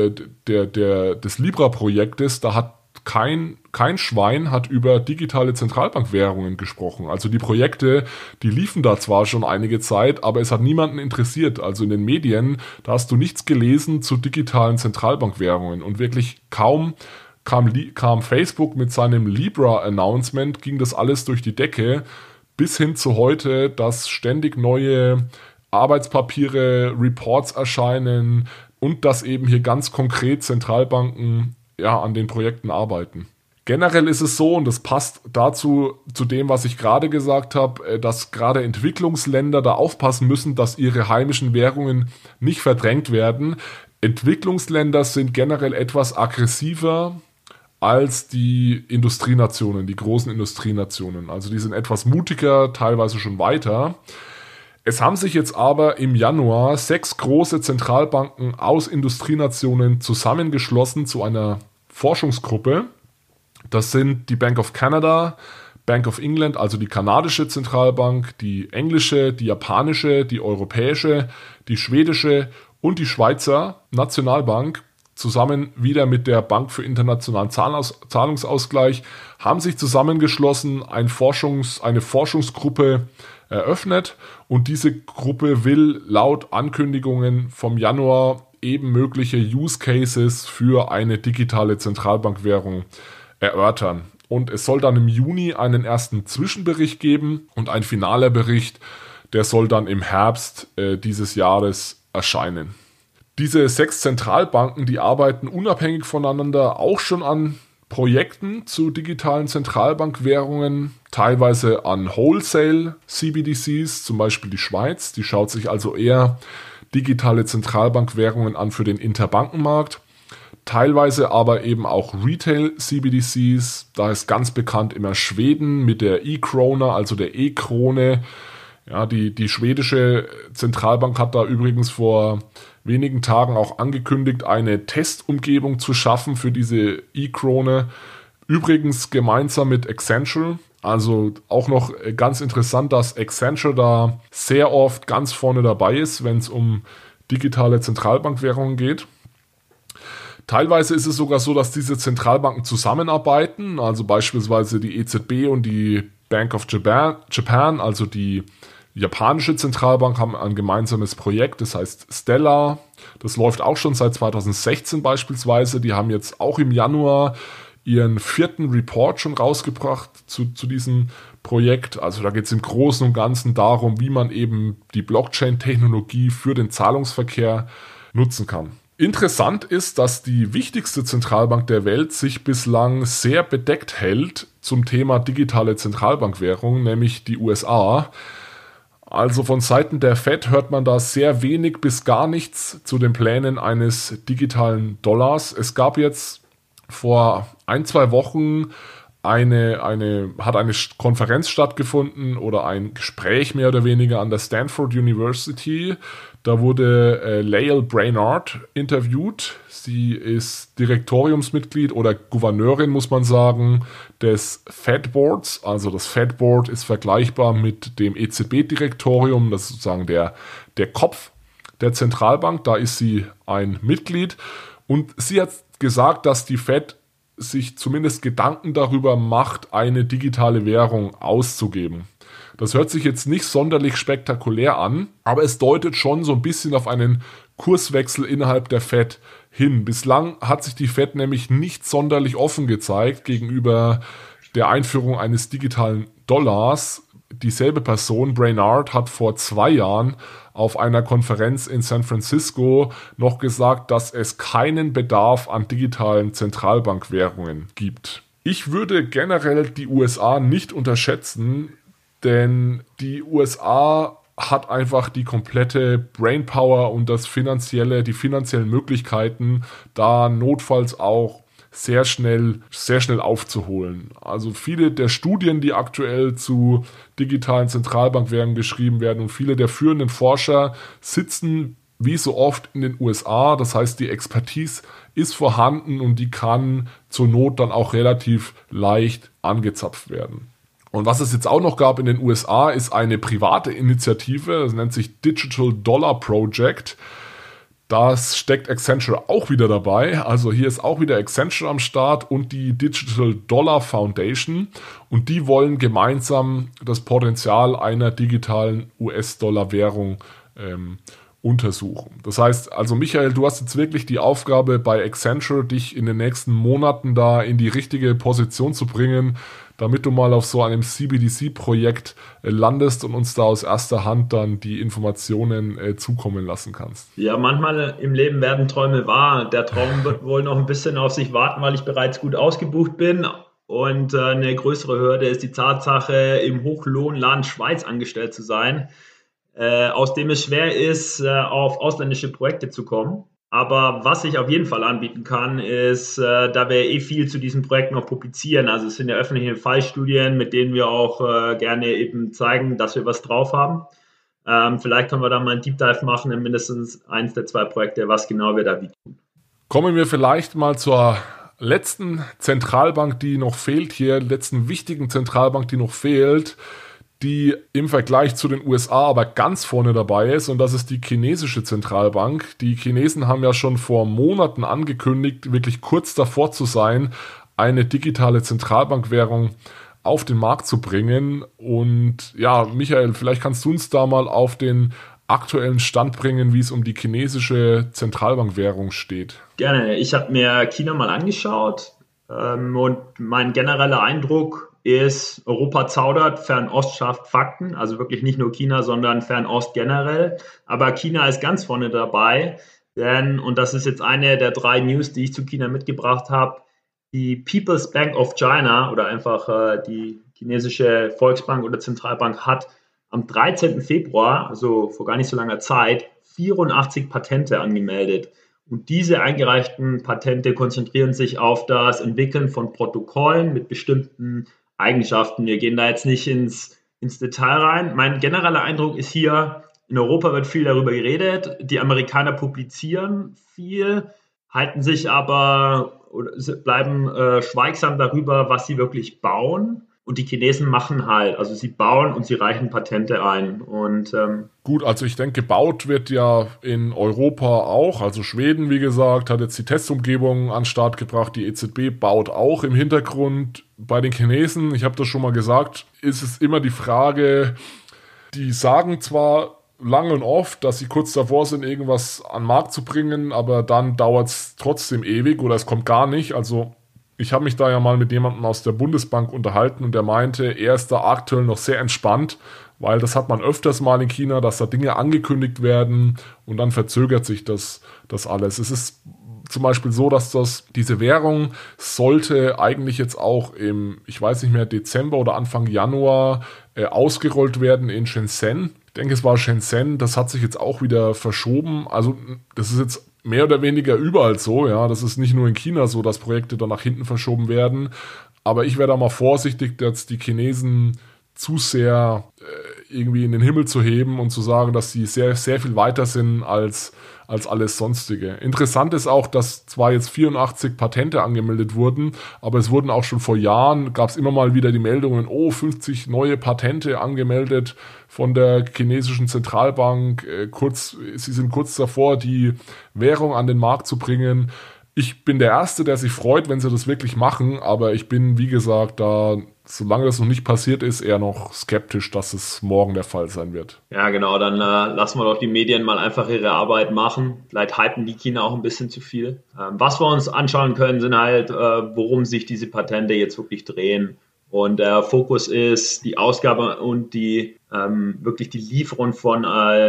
des Libra-Projektes, da hat kein Schwein hat über digitale Zentralbankwährungen gesprochen. Also die Projekte, die liefen da zwar schon einige Zeit, aber es hat niemanden interessiert. Also in den Medien, da hast du nichts gelesen zu digitalen Zentralbankwährungen und wirklich kaum kam Facebook mit seinem Libra-Announcement, ging das alles durch die Decke, bis hin zu heute, dass ständig neue Arbeitspapiere, Reports erscheinen und dass eben hier ganz konkret Zentralbanken an den Projekten arbeiten. Generell ist es so, und das passt dazu, zu dem, was ich gerade gesagt habe, dass gerade Entwicklungsländer da aufpassen müssen, dass ihre heimischen Währungen nicht verdrängt werden. Entwicklungsländer sind generell etwas aggressiver als die Industrienationen, die großen Industrienationen. Also die sind etwas mutiger, teilweise schon weiter. Es haben sich jetzt aber im Januar 6 große Zentralbanken aus Industrienationen zusammengeschlossen zu einer Forschungsgruppe. Das sind die Bank of Canada, Bank of England, also die kanadische Zentralbank, die englische, die japanische, die europäische, die schwedische und die Schweizer Nationalbank zusammen wieder mit der Bank für internationalen Zahlungsausgleich haben sich zusammengeschlossen, eine Forschungsgruppe eröffnet, und diese Gruppe will laut Ankündigungen vom Januar eben mögliche Use Cases für eine digitale Zentralbankwährung erörtern. Und es soll dann im Juni einen ersten Zwischenbericht geben und ein finaler Bericht, der soll dann im Herbst dieses Jahres erscheinen. Diese 6 Zentralbanken, die arbeiten unabhängig voneinander auch schon an Projekten zu digitalen Zentralbankwährungen, teilweise an Wholesale CBDCs, zum Beispiel die Schweiz, die schaut sich also eher digitale Zentralbankwährungen an für den Interbankenmarkt, teilweise aber eben auch Retail CBDCs, da ist ganz bekannt immer Schweden mit der E-Krona, also der E-Krone. Ja, die schwedische Zentralbank hat da übrigens vor wenigen Tagen auch angekündigt, eine Testumgebung zu schaffen für diese E-Krone. Übrigens gemeinsam mit Accenture. Also auch noch ganz interessant, dass Accenture da sehr oft ganz vorne dabei ist, wenn es um digitale Zentralbankwährungen geht. Teilweise ist es sogar so, dass diese Zentralbanken zusammenarbeiten. Also beispielsweise die EZB und die Bank of Japan, also die japanische Zentralbank, haben ein gemeinsames Projekt, das heißt Stellar. Das läuft auch schon seit 2016 beispielsweise. Die haben jetzt auch im Januar ihren 4. Report schon rausgebracht zu diesem Projekt. Also da geht es im Großen und Ganzen darum, wie man eben die Blockchain-Technologie für den Zahlungsverkehr nutzen kann. Interessant ist, dass die wichtigste Zentralbank der Welt sich bislang sehr bedeckt hält zum Thema digitale Zentralbankwährung, nämlich die USA. Also von Seiten der Fed hört man da sehr wenig bis gar nichts zu den Plänen eines digitalen Dollars. Es gab jetzt vor 1-2 Wochen hat eine Konferenz stattgefunden oder ein Gespräch mehr oder weniger an der Stanford University. Da wurde Lael Brainard interviewt. Sie ist Direktoriumsmitglied oder Gouverneurin, muss man sagen, des Fed Boards. Also das Fed Board ist vergleichbar mit dem EZB-Direktorium. Das ist sozusagen der Kopf der Zentralbank. Da ist sie ein Mitglied. Und sie hat gesagt, dass die Fed sich zumindest Gedanken darüber macht, eine digitale Währung auszugeben. Das hört sich jetzt nicht sonderlich spektakulär an, aber es deutet schon so ein bisschen auf einen Kurswechsel innerhalb der Fed hin. Bislang hat sich die Fed nämlich nicht sonderlich offen gezeigt gegenüber der Einführung eines digitalen Dollars. Dieselbe Person, Brainard, hat vor 2 Jahren auf einer Konferenz in San Francisco noch gesagt, dass es keinen Bedarf an digitalen Zentralbankwährungen gibt. Ich würde generell die USA nicht unterschätzen, denn die USA hat einfach die komplette Brainpower und die finanziellen Möglichkeiten, da notfalls auch sehr schnell aufzuholen. Also viele der Studien, die aktuell zu digitalen Zentralbankwährungen geschrieben werden, und viele der führenden Forscher sitzen wie so oft in den USA. Das heißt, die Expertise ist vorhanden und die kann zur Not dann auch relativ leicht angezapft werden. Und was es jetzt auch noch gab in den USA, ist eine private Initiative, das nennt sich Digital Dollar Project. Das steckt Accenture auch wieder dabei. Also hier ist auch wieder Accenture am Start und die Digital Dollar Foundation. Und die wollen gemeinsam das Potenzial einer digitalen US-Dollar-Währung untersuchen. Das heißt, also Michael, du hast jetzt wirklich die Aufgabe bei Accenture, dich in den nächsten Monaten da in die richtige Position zu bringen, damit du mal auf so einem CBDC-Projekt landest und uns da aus erster Hand dann die Informationen zukommen lassen kannst. Ja, manchmal im Leben werden Träume wahr. Der Traum wird wohl noch ein bisschen auf sich warten, weil ich bereits gut ausgebucht bin. Und eine größere Hürde ist die Tatsache, im Hochlohnland Schweiz angestellt zu sein, aus dem es schwer ist, auf ausländische Projekte zu kommen. Aber was ich auf jeden Fall anbieten kann, ist, da wir viel zu diesen Projekten noch publizieren, also es sind ja öffentliche Fallstudien, mit denen wir auch gerne eben zeigen, dass wir was drauf haben. Vielleicht können wir da mal einen Deep Dive machen in mindestens eins der 2 Projekte, was genau wir da wie tun. Kommen wir vielleicht mal zur letzten Zentralbank, die noch fehlt hier, letzten wichtigen Zentralbank, die noch fehlt, die im Vergleich zu den USA aber ganz vorne dabei ist, und das ist die chinesische Zentralbank. Die Chinesen haben ja schon vor Monaten angekündigt, wirklich kurz davor zu sein, eine digitale Zentralbankwährung auf den Markt zu bringen. Und ja, Michael, vielleicht kannst du uns da mal auf den aktuellen Stand bringen, wie es um die chinesische Zentralbankwährung steht. Gerne. Ich habe mir China mal angeschaut und mein genereller Eindruck ist, Europa zaudert, Fernost schafft Fakten, also wirklich nicht nur China, sondern Fernost generell. Aber China ist ganz vorne dabei, denn, und das ist jetzt eine der 3 News, die ich zu China mitgebracht habe, die People's Bank of China oder einfach die chinesische Volksbank oder Zentralbank hat am 13. Februar, also vor gar nicht so langer Zeit, 84 Patente angemeldet. Und diese eingereichten Patente konzentrieren sich auf das Entwickeln von Protokollen mit bestimmten Eigenschaften. Wir gehen da jetzt nicht ins Detail rein. Mein genereller Eindruck ist hier, in Europa wird viel darüber geredet. Die Amerikaner publizieren viel, halten sich aber oder bleiben schweigsam darüber, was sie wirklich bauen. Und die Chinesen machen halt, also sie bauen und sie reichen Patente ein. Und gut, also ich denke, gebaut wird ja in Europa auch. Also Schweden, wie gesagt, hat jetzt die Testumgebung an den Start gebracht. Die EZB baut auch im Hintergrund. Bei den Chinesen, ich habe das schon mal gesagt, ist es immer die Frage, die sagen zwar lange und oft, dass sie kurz davor sind, irgendwas an den Markt zu bringen, aber dann dauert es trotzdem ewig oder es kommt gar nicht. Also ich habe mich da ja mal mit jemandem aus der Bundesbank unterhalten und der meinte, er ist da aktuell noch sehr entspannt, weil das hat man öfters mal in China, dass da Dinge angekündigt werden und dann verzögert sich das alles. Es ist zum Beispiel so, dass diese Währung sollte eigentlich jetzt auch im, ich weiß nicht mehr, Dezember oder Anfang Januar ausgerollt werden in Shenzhen. Ich denke, es war Shenzhen, das hat sich jetzt auch wieder verschoben. Also das ist jetzt mehr oder weniger überall so, ja. Das ist nicht nur in China so, dass Projekte dann nach hinten verschoben werden. Aber ich wäre da mal vorsichtig, dass die Chinesen zu sehr irgendwie in den Himmel zu heben und zu sagen, dass sie sehr, sehr viel weiter sind als alles Sonstige. Interessant ist auch, dass zwar jetzt 84 Patente angemeldet wurden, aber es wurden auch schon vor Jahren, gab es immer mal wieder die Meldungen, 50 neue Patente angemeldet von der chinesischen Zentralbank. Sie sind kurz davor, die Währung an den Markt zu bringen. Ich bin der Erste, der sich freut, wenn sie das wirklich machen, aber ich bin, wie gesagt, da, solange das noch nicht passiert ist, eher noch skeptisch, dass es morgen der Fall sein wird. Ja, genau, dann lassen wir doch die Medien mal einfach ihre Arbeit machen. Vielleicht hypen die China auch ein bisschen zu viel. Was wir uns anschauen können, sind halt, worum sich diese Patente jetzt wirklich drehen. Und der Fokus ist die Ausgabe und wirklich die Lieferung von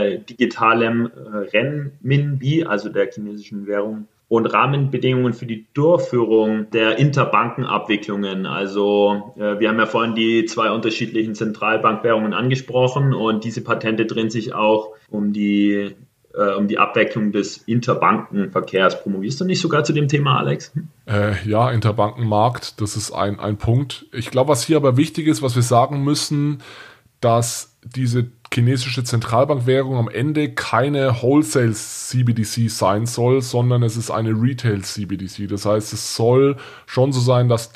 digitalem Renminbi, also der chinesischen Währung, und Rahmenbedingungen für die Durchführung der Interbankenabwicklungen. Also wir haben ja vorhin die 2 unterschiedlichen Zentralbankwährungen angesprochen und diese Patente drehen sich auch um die Abwicklung des Interbankenverkehrs. Promovierst du nicht sogar zu dem Thema, Alex? Ja, Interbankenmarkt, das ist ein Punkt. Ich glaube, was hier aber wichtig ist, was wir sagen müssen, dass diese chinesische Zentralbankwährung am Ende keine Wholesale-CBDC sein soll, sondern es ist eine Retail-CBDC. Das heißt, es soll schon so sein, dass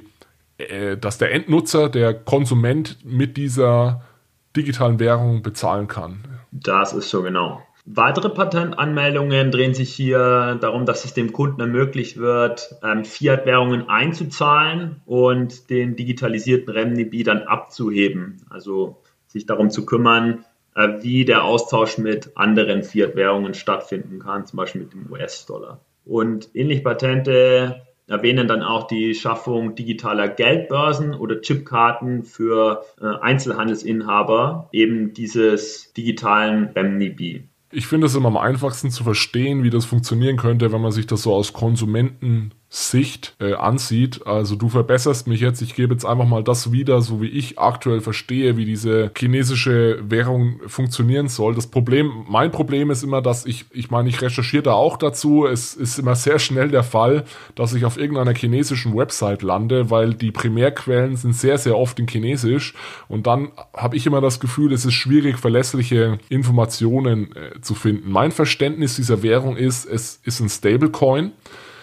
der Endnutzer, der Konsument mit dieser digitalen Währung bezahlen kann. Das ist so, genau. Weitere Patentanmeldungen drehen sich hier darum, dass es dem Kunden ermöglicht wird, Fiat-Währungen einzuzahlen und den digitalisierten Renminbi dann abzuheben. Also sich darum zu kümmern, wie der Austausch mit anderen Fiat-Währungen stattfinden kann, zum Beispiel mit dem US-Dollar. Und ähnliche Patente erwähnen dann auch die Schaffung digitaler Geldbörsen oder Chipkarten für Einzelhandelsinhaber, eben dieses digitalen Renminbi. Ich finde es immer am einfachsten zu verstehen, wie das funktionieren könnte, wenn man sich das so aus Konsumentensicht ansieht. Also du verbesserst mich jetzt, ich gebe jetzt einfach mal das wieder, so wie ich aktuell verstehe, wie diese chinesische Währung funktionieren soll. Mein Problem ist immer, dass ich recherchiere da auch dazu. Es ist immer sehr schnell der Fall, dass ich auf irgendeiner chinesischen Website lande, weil die Primärquellen sind sehr, sehr oft in Chinesisch. Und dann habe ich immer das Gefühl, es ist schwierig, verlässliche Informationen zu finden. Mein Verständnis dieser Währung ist, es ist ein Stablecoin.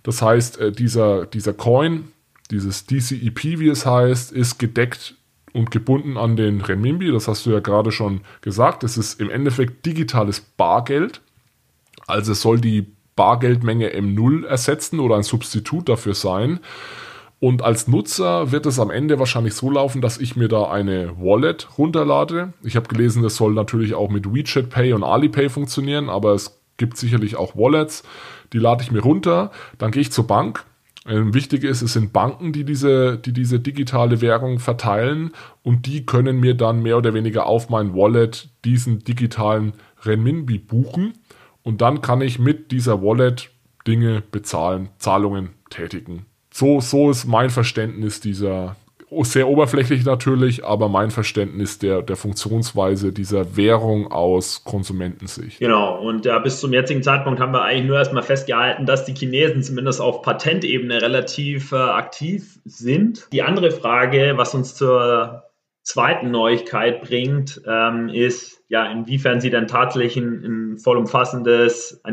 Das heißt, dieser Coin, dieses DCEP, wie es heißt, ist gedeckt und gebunden an den Renminbi. Das hast du ja gerade schon gesagt. Es ist im Endeffekt digitales Bargeld. Also es soll die Bargeldmenge M0 ersetzen oder ein Substitut dafür sein. Und als Nutzer wird es am Ende wahrscheinlich so laufen, dass ich mir da eine Wallet runterlade. Ich habe gelesen, das soll natürlich auch mit WeChat Pay und Alipay funktionieren, aber es gibt sicherlich auch Wallets. Die lade ich mir runter, dann gehe ich zur Bank. Wichtig ist, es sind Banken, die diese digitale Währung verteilen und die können mir dann mehr oder weniger auf mein Wallet diesen digitalen Renminbi buchen und dann kann ich mit dieser Wallet Dinge bezahlen, Zahlungen tätigen. So ist mein Verständnis dieser, sehr oberflächlich natürlich, aber mein Verständnis der Funktionsweise dieser Währung aus Konsumentensicht. Genau, und bis zum jetzigen Zeitpunkt haben wir eigentlich nur erstmal festgehalten, dass die Chinesen zumindest auf Patentebene relativ aktiv sind. Die andere Frage, was uns zur zweiten Neuigkeit bringt, ist, ja, inwiefern sie dann tatsächlich eine vollumfassende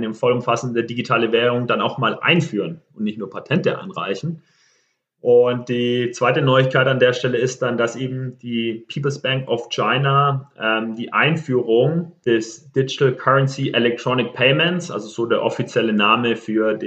digitale Währung dann auch mal einführen und nicht nur Patente anreichen. Und die zweite Neuigkeit an der Stelle ist dann, dass eben die People's Bank of China die Einführung des Digital Currency Electronic Payments, also so der offizielle Name für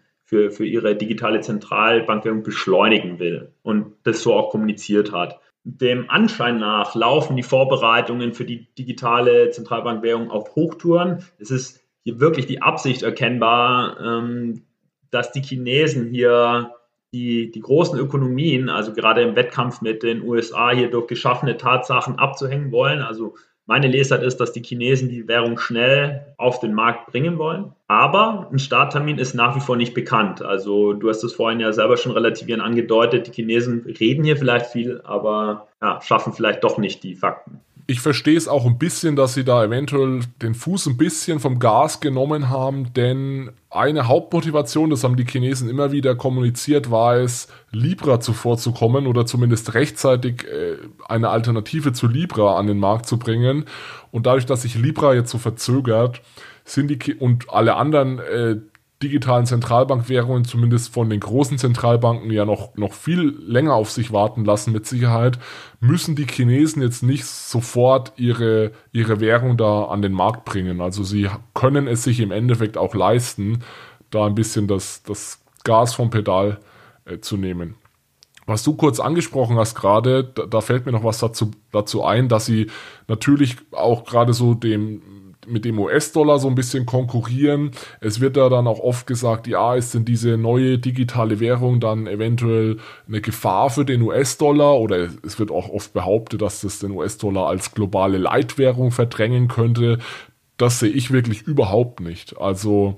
ihre digitale Zentralbankwährung, beschleunigen will und das so auch kommuniziert hat. Dem Anschein nach laufen die Vorbereitungen für die digitale Zentralbankwährung auf Hochtouren. Es ist hier wirklich die Absicht erkennbar, dass die Chinesen hier die großen Ökonomien, also gerade im Wettkampf mit den USA, hier durch geschaffene Tatsachen abzuhängen wollen. Also meine Lesart ist, dass die Chinesen die Währung schnell auf den Markt bringen wollen. Aber ein Starttermin ist nach wie vor nicht bekannt. Also du hast es vorhin ja selber schon relativierend angedeutet. Die Chinesen reden hier vielleicht viel, aber ja, schaffen vielleicht doch nicht die Fakten. Ich verstehe es auch ein bisschen, dass sie da eventuell den Fuß ein bisschen vom Gas genommen haben, denn eine Hauptmotivation, das haben die Chinesen immer wieder kommuniziert, war es, Libra zuvorzukommen oder zumindest rechtzeitig eine Alternative zu Libra an den Markt zu bringen. Und dadurch, dass sich Libra jetzt so verzögert, sind und alle anderen digitalen Zentralbankwährungen, zumindest von den großen Zentralbanken, ja noch viel länger auf sich warten lassen mit Sicherheit, müssen die Chinesen jetzt nicht sofort ihre Währung da an den Markt bringen. Also sie können es sich im Endeffekt auch leisten, da ein bisschen das Gas vom Pedal zu nehmen. Was du kurz angesprochen hast gerade, da fällt mir noch was dazu ein, dass sie natürlich auch gerade so mit dem US-Dollar so ein bisschen konkurrieren. Es wird da dann auch oft gesagt, ja, ist denn diese neue digitale Währung dann eventuell eine Gefahr für den US-Dollar? Oder es wird auch oft behauptet, dass das den US-Dollar als globale Leitwährung verdrängen könnte. Das sehe ich wirklich überhaupt nicht. Also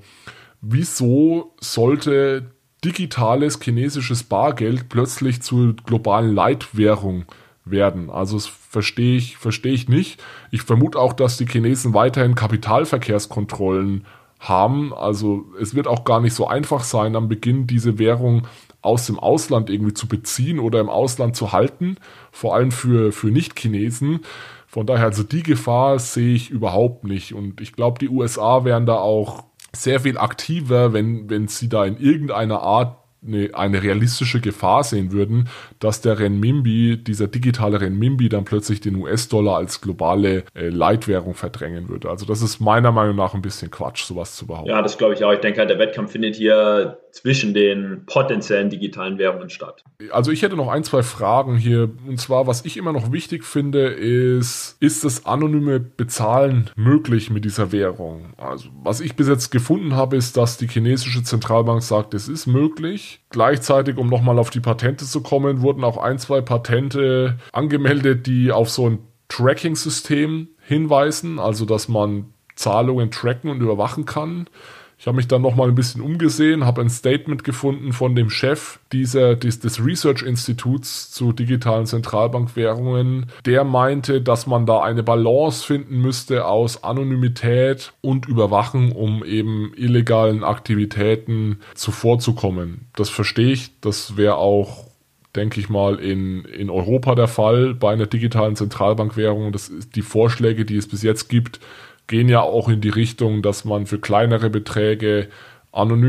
wieso sollte digitales chinesisches Bargeld plötzlich zur globalen Leitwährung werden? Also das verstehe ich nicht. Ich vermute auch, dass die Chinesen weiterhin Kapitalverkehrskontrollen haben. Also es wird auch gar nicht so einfach sein, am Beginn diese Währung aus dem Ausland irgendwie zu beziehen oder im Ausland zu halten, vor allem für Nicht-Chinesen. Von daher, also die Gefahr sehe ich überhaupt nicht. Und ich glaube, die USA wären da auch sehr viel aktiver, wenn sie da in irgendeiner Art eine realistische Gefahr sehen würden, dass der Renminbi, dieser digitale Renminbi, dann plötzlich den US-Dollar als globale Leitwährung verdrängen würde. Also das ist meiner Meinung nach ein bisschen Quatsch, sowas zu behaupten. Ja, das glaube ich auch. Ich denke halt, der Wettkampf findet hier zwischen den potenziellen digitalen Währungen statt. Also ich hätte noch ein, zwei Fragen hier. Und zwar, was ich immer noch wichtig finde, ist das anonyme Bezahlen möglich mit dieser Währung? Also was ich bis jetzt gefunden habe, ist, dass die chinesische Zentralbank sagt, es ist möglich. Gleichzeitig, um nochmal auf die Patente zu kommen, wurden auch ein, zwei Patente angemeldet, die auf so ein Tracking-System hinweisen, also dass man Zahlungen tracken und überwachen kann. Ich habe mich dann nochmal ein bisschen umgesehen, habe ein Statement gefunden von dem Chef des Research-Instituts zu digitalen Zentralbankwährungen. Der meinte, dass man da eine Balance finden müsste aus Anonymität und Überwachen, um eben illegalen Aktivitäten zuvorzukommen. Das verstehe ich, das wäre auch, denke ich mal, in Europa der Fall bei einer digitalen Zentralbankwährung. Das ist die Vorschläge, die es bis jetzt gibt, gehen ja auch in die Richtung, dass man für kleinere Beträge anonym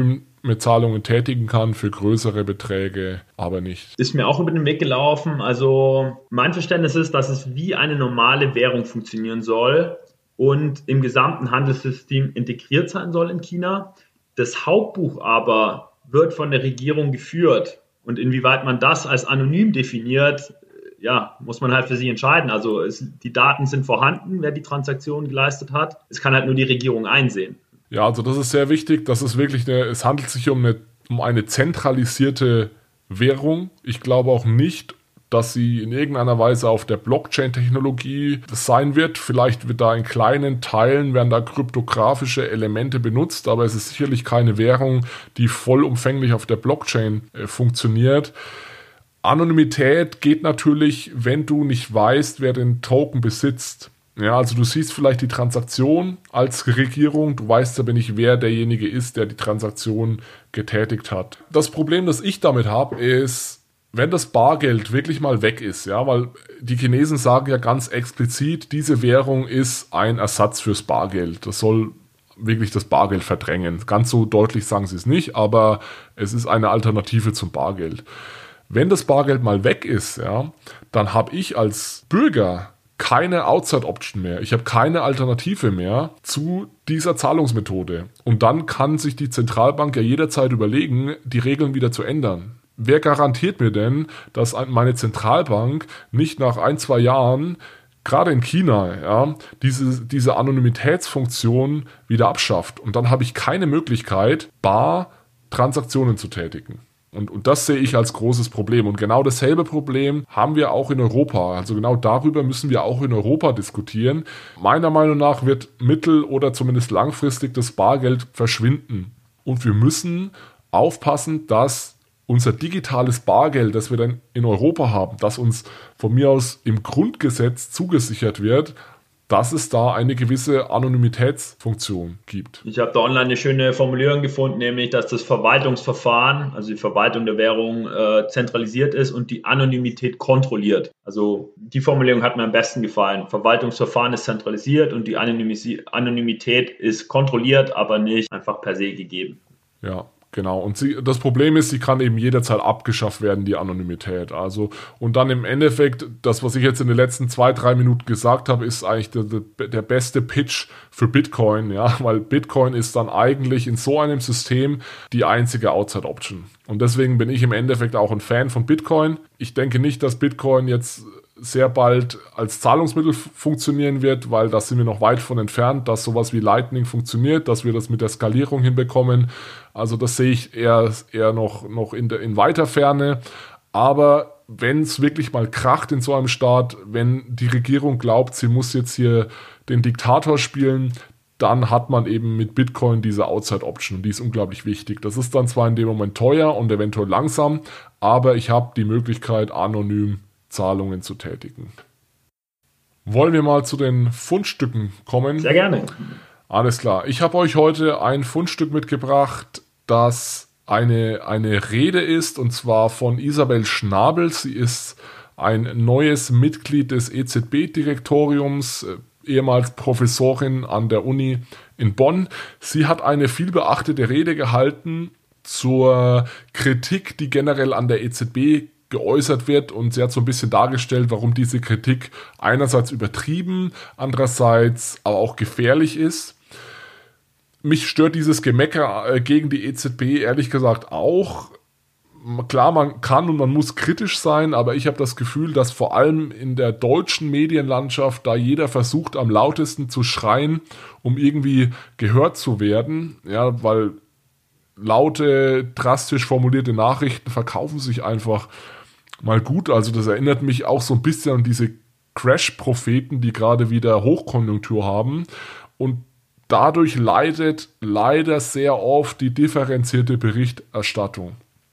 mit Zahlungen tätigen kann, für größere Beträge aber nicht. Ist mir auch über den Weg gelaufen. Also mein Verständnis ist, dass es wie eine normale Währung funktionieren soll und im gesamten Handelssystem integriert sein soll in China. Das Hauptbuch aber wird von der Regierung geführt. Und inwieweit man das als anonym definiert, ja, muss man halt für sich entscheiden. Also die Daten sind vorhanden, wer die Transaktion geleistet hat. Es kann halt nur die Regierung einsehen. Ja, also das ist sehr wichtig. Das ist wirklich es handelt sich um eine zentralisierte Währung. Ich glaube auch nicht, dass sie in irgendeiner Weise auf der Blockchain-Technologie sein wird. Vielleicht wird da in kleinen Teilen, werden da kryptografische Elemente benutzt, aber es ist sicherlich keine Währung, die vollumfänglich auf der Blockchain funktioniert. Anonymität geht natürlich, wenn du nicht weißt, wer den Token besitzt. Ja, also du siehst vielleicht die Transaktion als Regierung, du weißt aber nicht, wer derjenige ist, der die Transaktion getätigt hat. Das Problem, das ich damit habe, ist, wenn das Bargeld wirklich mal weg ist, ja, weil die Chinesen sagen ja ganz explizit, diese Währung ist ein Ersatz fürs Bargeld. Das soll wirklich das Bargeld verdrängen. Ganz so deutlich sagen sie es nicht, aber es ist eine Alternative zum Bargeld. Wenn das Bargeld mal weg ist, ja, dann habe ich als Bürger keine Outside-Option mehr. Ich habe keine Alternative mehr zu dieser Zahlungsmethode. Und dann kann sich die Zentralbank ja jederzeit überlegen, die Regeln wieder zu ändern. Wer garantiert mir denn, dass meine Zentralbank nicht nach 1-2 Jahren, gerade in China, ja, diese Anonymitätsfunktion wieder abschafft? Und dann habe ich keine Möglichkeit, bar Transaktionen zu tätigen. Und das sehe ich als großes Problem. Und genau dasselbe Problem haben wir auch in Europa. Also genau darüber müssen wir auch in Europa diskutieren. Meiner Meinung nach wird mittel- oder zumindest langfristig das Bargeld verschwinden. Und wir müssen aufpassen, dass unser digitales Bargeld, das wir dann in Europa haben, das uns von mir aus im Grundgesetz zugesichert wird, dass es da eine gewisse Anonymitätsfunktion gibt. Ich habe da online eine schöne Formulierung gefunden, nämlich, dass das Verwaltungsverfahren, also die Verwaltung der Währung, zentralisiert ist und die Anonymität kontrolliert. Also die Formulierung hat mir am besten gefallen. Verwaltungsverfahren ist zentralisiert und die Anonymität ist kontrolliert, aber nicht einfach per se gegeben. Ja. Genau, und das Problem ist, sie kann eben jederzeit abgeschafft werden, die Anonymität. Also, und dann im Endeffekt, das, was ich jetzt in den letzten 2-3 Minuten gesagt habe, ist eigentlich der beste Pitch für Bitcoin, ja, weil Bitcoin ist dann eigentlich in so einem System die einzige Outside-Option. Und deswegen bin ich im Endeffekt auch ein Fan von Bitcoin. Ich denke nicht, dass Bitcoin jetzt sehr bald als Zahlungsmittel funktionieren wird, weil da sind wir noch weit von entfernt, dass sowas wie Lightning funktioniert, dass wir das mit der Skalierung hinbekommen. Also das sehe ich eher noch in weiter Ferne. Aber wenn es wirklich mal kracht in so einem Staat, wenn die Regierung glaubt, sie muss jetzt hier den Diktator spielen, dann hat man eben mit Bitcoin diese Outside-Option und die ist unglaublich wichtig. Das ist dann zwar in dem Moment teuer und eventuell langsam, aber ich habe die Möglichkeit, anonym Zahlungen zu tätigen. Wollen wir mal zu den Fundstücken kommen? Sehr gerne. Alles klar. Ich habe euch heute ein Fundstück mitgebracht, das eine Rede ist, und zwar von Isabel Schnabel. Sie ist ein neues Mitglied des EZB-Direktoriums, ehemals Professorin an der Uni in Bonn. Sie hat eine vielbeachtete Rede gehalten zur Kritik, die generell an der EZB geäußert wird, und sie hat so ein bisschen dargestellt, warum diese Kritik einerseits übertrieben, andererseits aber auch gefährlich ist. Mich stört dieses Gemecker gegen die EZB ehrlich gesagt auch. Klar, man kann und man muss kritisch sein, aber ich habe das Gefühl, dass vor allem in der deutschen Medienlandschaft da jeder versucht, am lautesten zu schreien, um irgendwie gehört zu werden, ja, weil laute, drastisch formulierte Nachrichten verkaufen sich einfach mal gut. Also das erinnert mich auch so ein bisschen an diese Crash-Propheten, die gerade wieder Hochkonjunktur haben. Und dadurch leidet leider sehr oft die differenzierte Berichterstattung.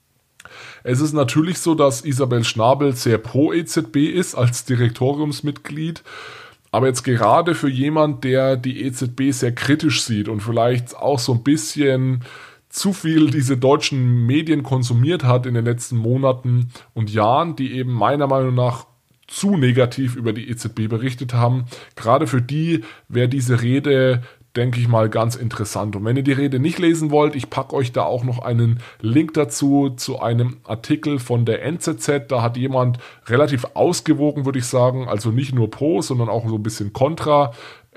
Es ist natürlich so, dass Isabel Schnabel sehr pro EZB ist als Direktoriumsmitglied. Aber jetzt gerade für jemand, der die EZB sehr kritisch sieht und vielleicht auch so ein bisschen zu viel diese deutschen Medien konsumiert hat in den letzten Monaten und Jahren, die eben meiner Meinung nach zu negativ über die EZB berichtet haben. Gerade für die wäre diese Rede denke ich mal, ganz interessant. Und wenn ihr die Rede nicht lesen wollt, ich packe euch da auch noch einen Link dazu, zu einem Artikel von der NZZ. Da hat jemand relativ ausgewogen, würde ich sagen, also nicht nur pro, sondern auch so ein bisschen kontra,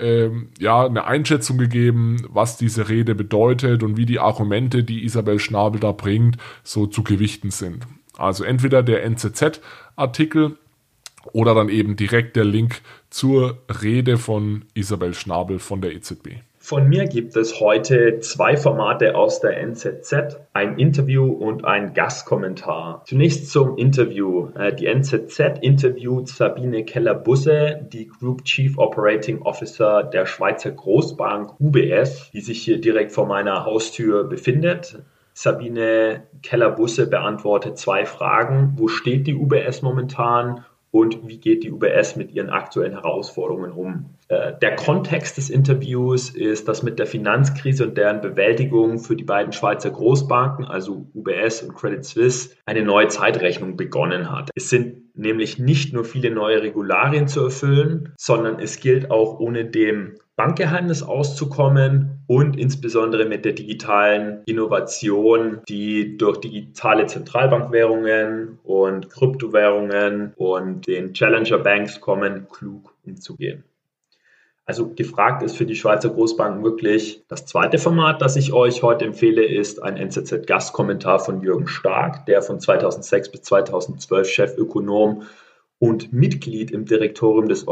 eine Einschätzung gegeben, was diese Rede bedeutet und wie die Argumente, die Isabel Schnabel da bringt, so zu gewichten sind. Also entweder der NZZ-Artikel oder dann eben direkt der Link zur Rede von Isabel Schnabel von der EZB. Von mir gibt es heute 2 Formate aus der NZZ, ein Interview und ein Gastkommentar. Zunächst zum Interview. Die NZZ interviewt Sabine Keller-Busse, die Group Chief Operating Officer der Schweizer Großbank UBS, die sich hier direkt vor meiner Haustür befindet. Sabine Keller-Busse beantwortet 2 Fragen. Wo steht die UBS momentan? Und wie geht die UBS mit ihren aktuellen Herausforderungen um? Der Kontext des Interviews ist, dass mit der Finanzkrise und deren Bewältigung für die beiden Schweizer Großbanken, also UBS und Credit Suisse, eine neue Zeitrechnung begonnen hat. Es sind nämlich nicht nur viele neue Regularien zu erfüllen, sondern es gilt auch ohne dem Bankgeheimnis auszukommen und insbesondere mit der digitalen Innovation, die durch digitale Zentralbankwährungen und Kryptowährungen und den Challenger Banks kommen, klug umzugehen. Also gefragt ist für die Schweizer Großbanken wirklich das zweite Format, das ich euch heute empfehle, ist ein NZZ-Gastkommentar von Jürgen Stark, der von 2006 bis 2012 Chefökonom und Mitglied im Direktorium der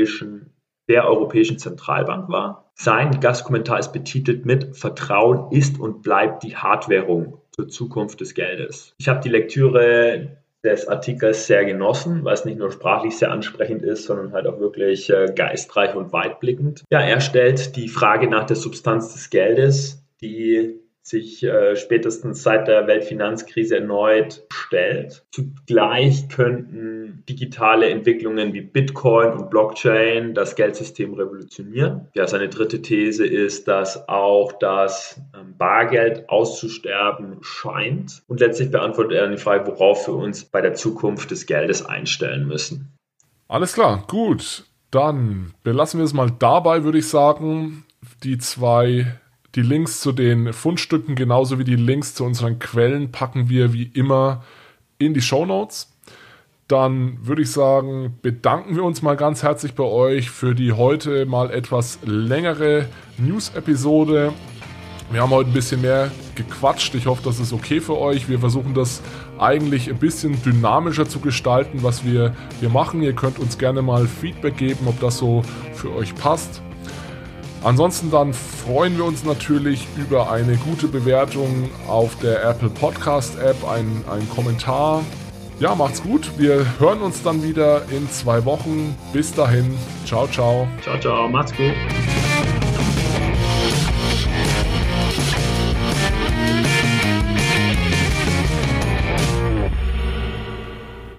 Europäischen Zentralbank war. Sein Gastkommentar ist betitelt mit Vertrauen ist und bleibt die Hardwährung zur Zukunft des Geldes. Ich habe die Lektüre des Artikels sehr genossen, weil es nicht nur sprachlich sehr ansprechend ist, sondern halt auch wirklich geistreich und weitblickend. Ja, er stellt die Frage nach der Substanz des Geldes, die sich spätestens seit der Weltfinanzkrise erneut stellt. Zugleich könnten digitale Entwicklungen wie Bitcoin und Blockchain das Geldsystem revolutionieren. Ja, seine dritte These ist, dass auch das Bargeld auszusterben scheint. Und letztlich beantwortet er die Frage, worauf wir uns bei der Zukunft des Geldes einstellen müssen. Alles klar, gut. Dann belassen wir es mal dabei, würde ich sagen. Die Links zu den Fundstücken genauso wie die Links zu unseren Quellen packen wir wie immer in die Shownotes. Dann würde ich sagen, bedanken wir uns mal ganz herzlich bei euch für die heute mal etwas längere News-Episode. Wir haben heute ein bisschen mehr gequatscht. Ich hoffe, das ist okay für euch. Wir versuchen das eigentlich ein bisschen dynamischer zu gestalten, was wir hier machen. Ihr könnt uns gerne mal Feedback geben, ob das so für euch passt. Ansonsten dann freuen wir uns natürlich über eine gute Bewertung auf der Apple Podcast App, einen Kommentar. Ja, macht's gut. Wir hören uns dann wieder in 2 Wochen. Bis dahin. Ciao, ciao. Ciao, ciao. Macht's gut.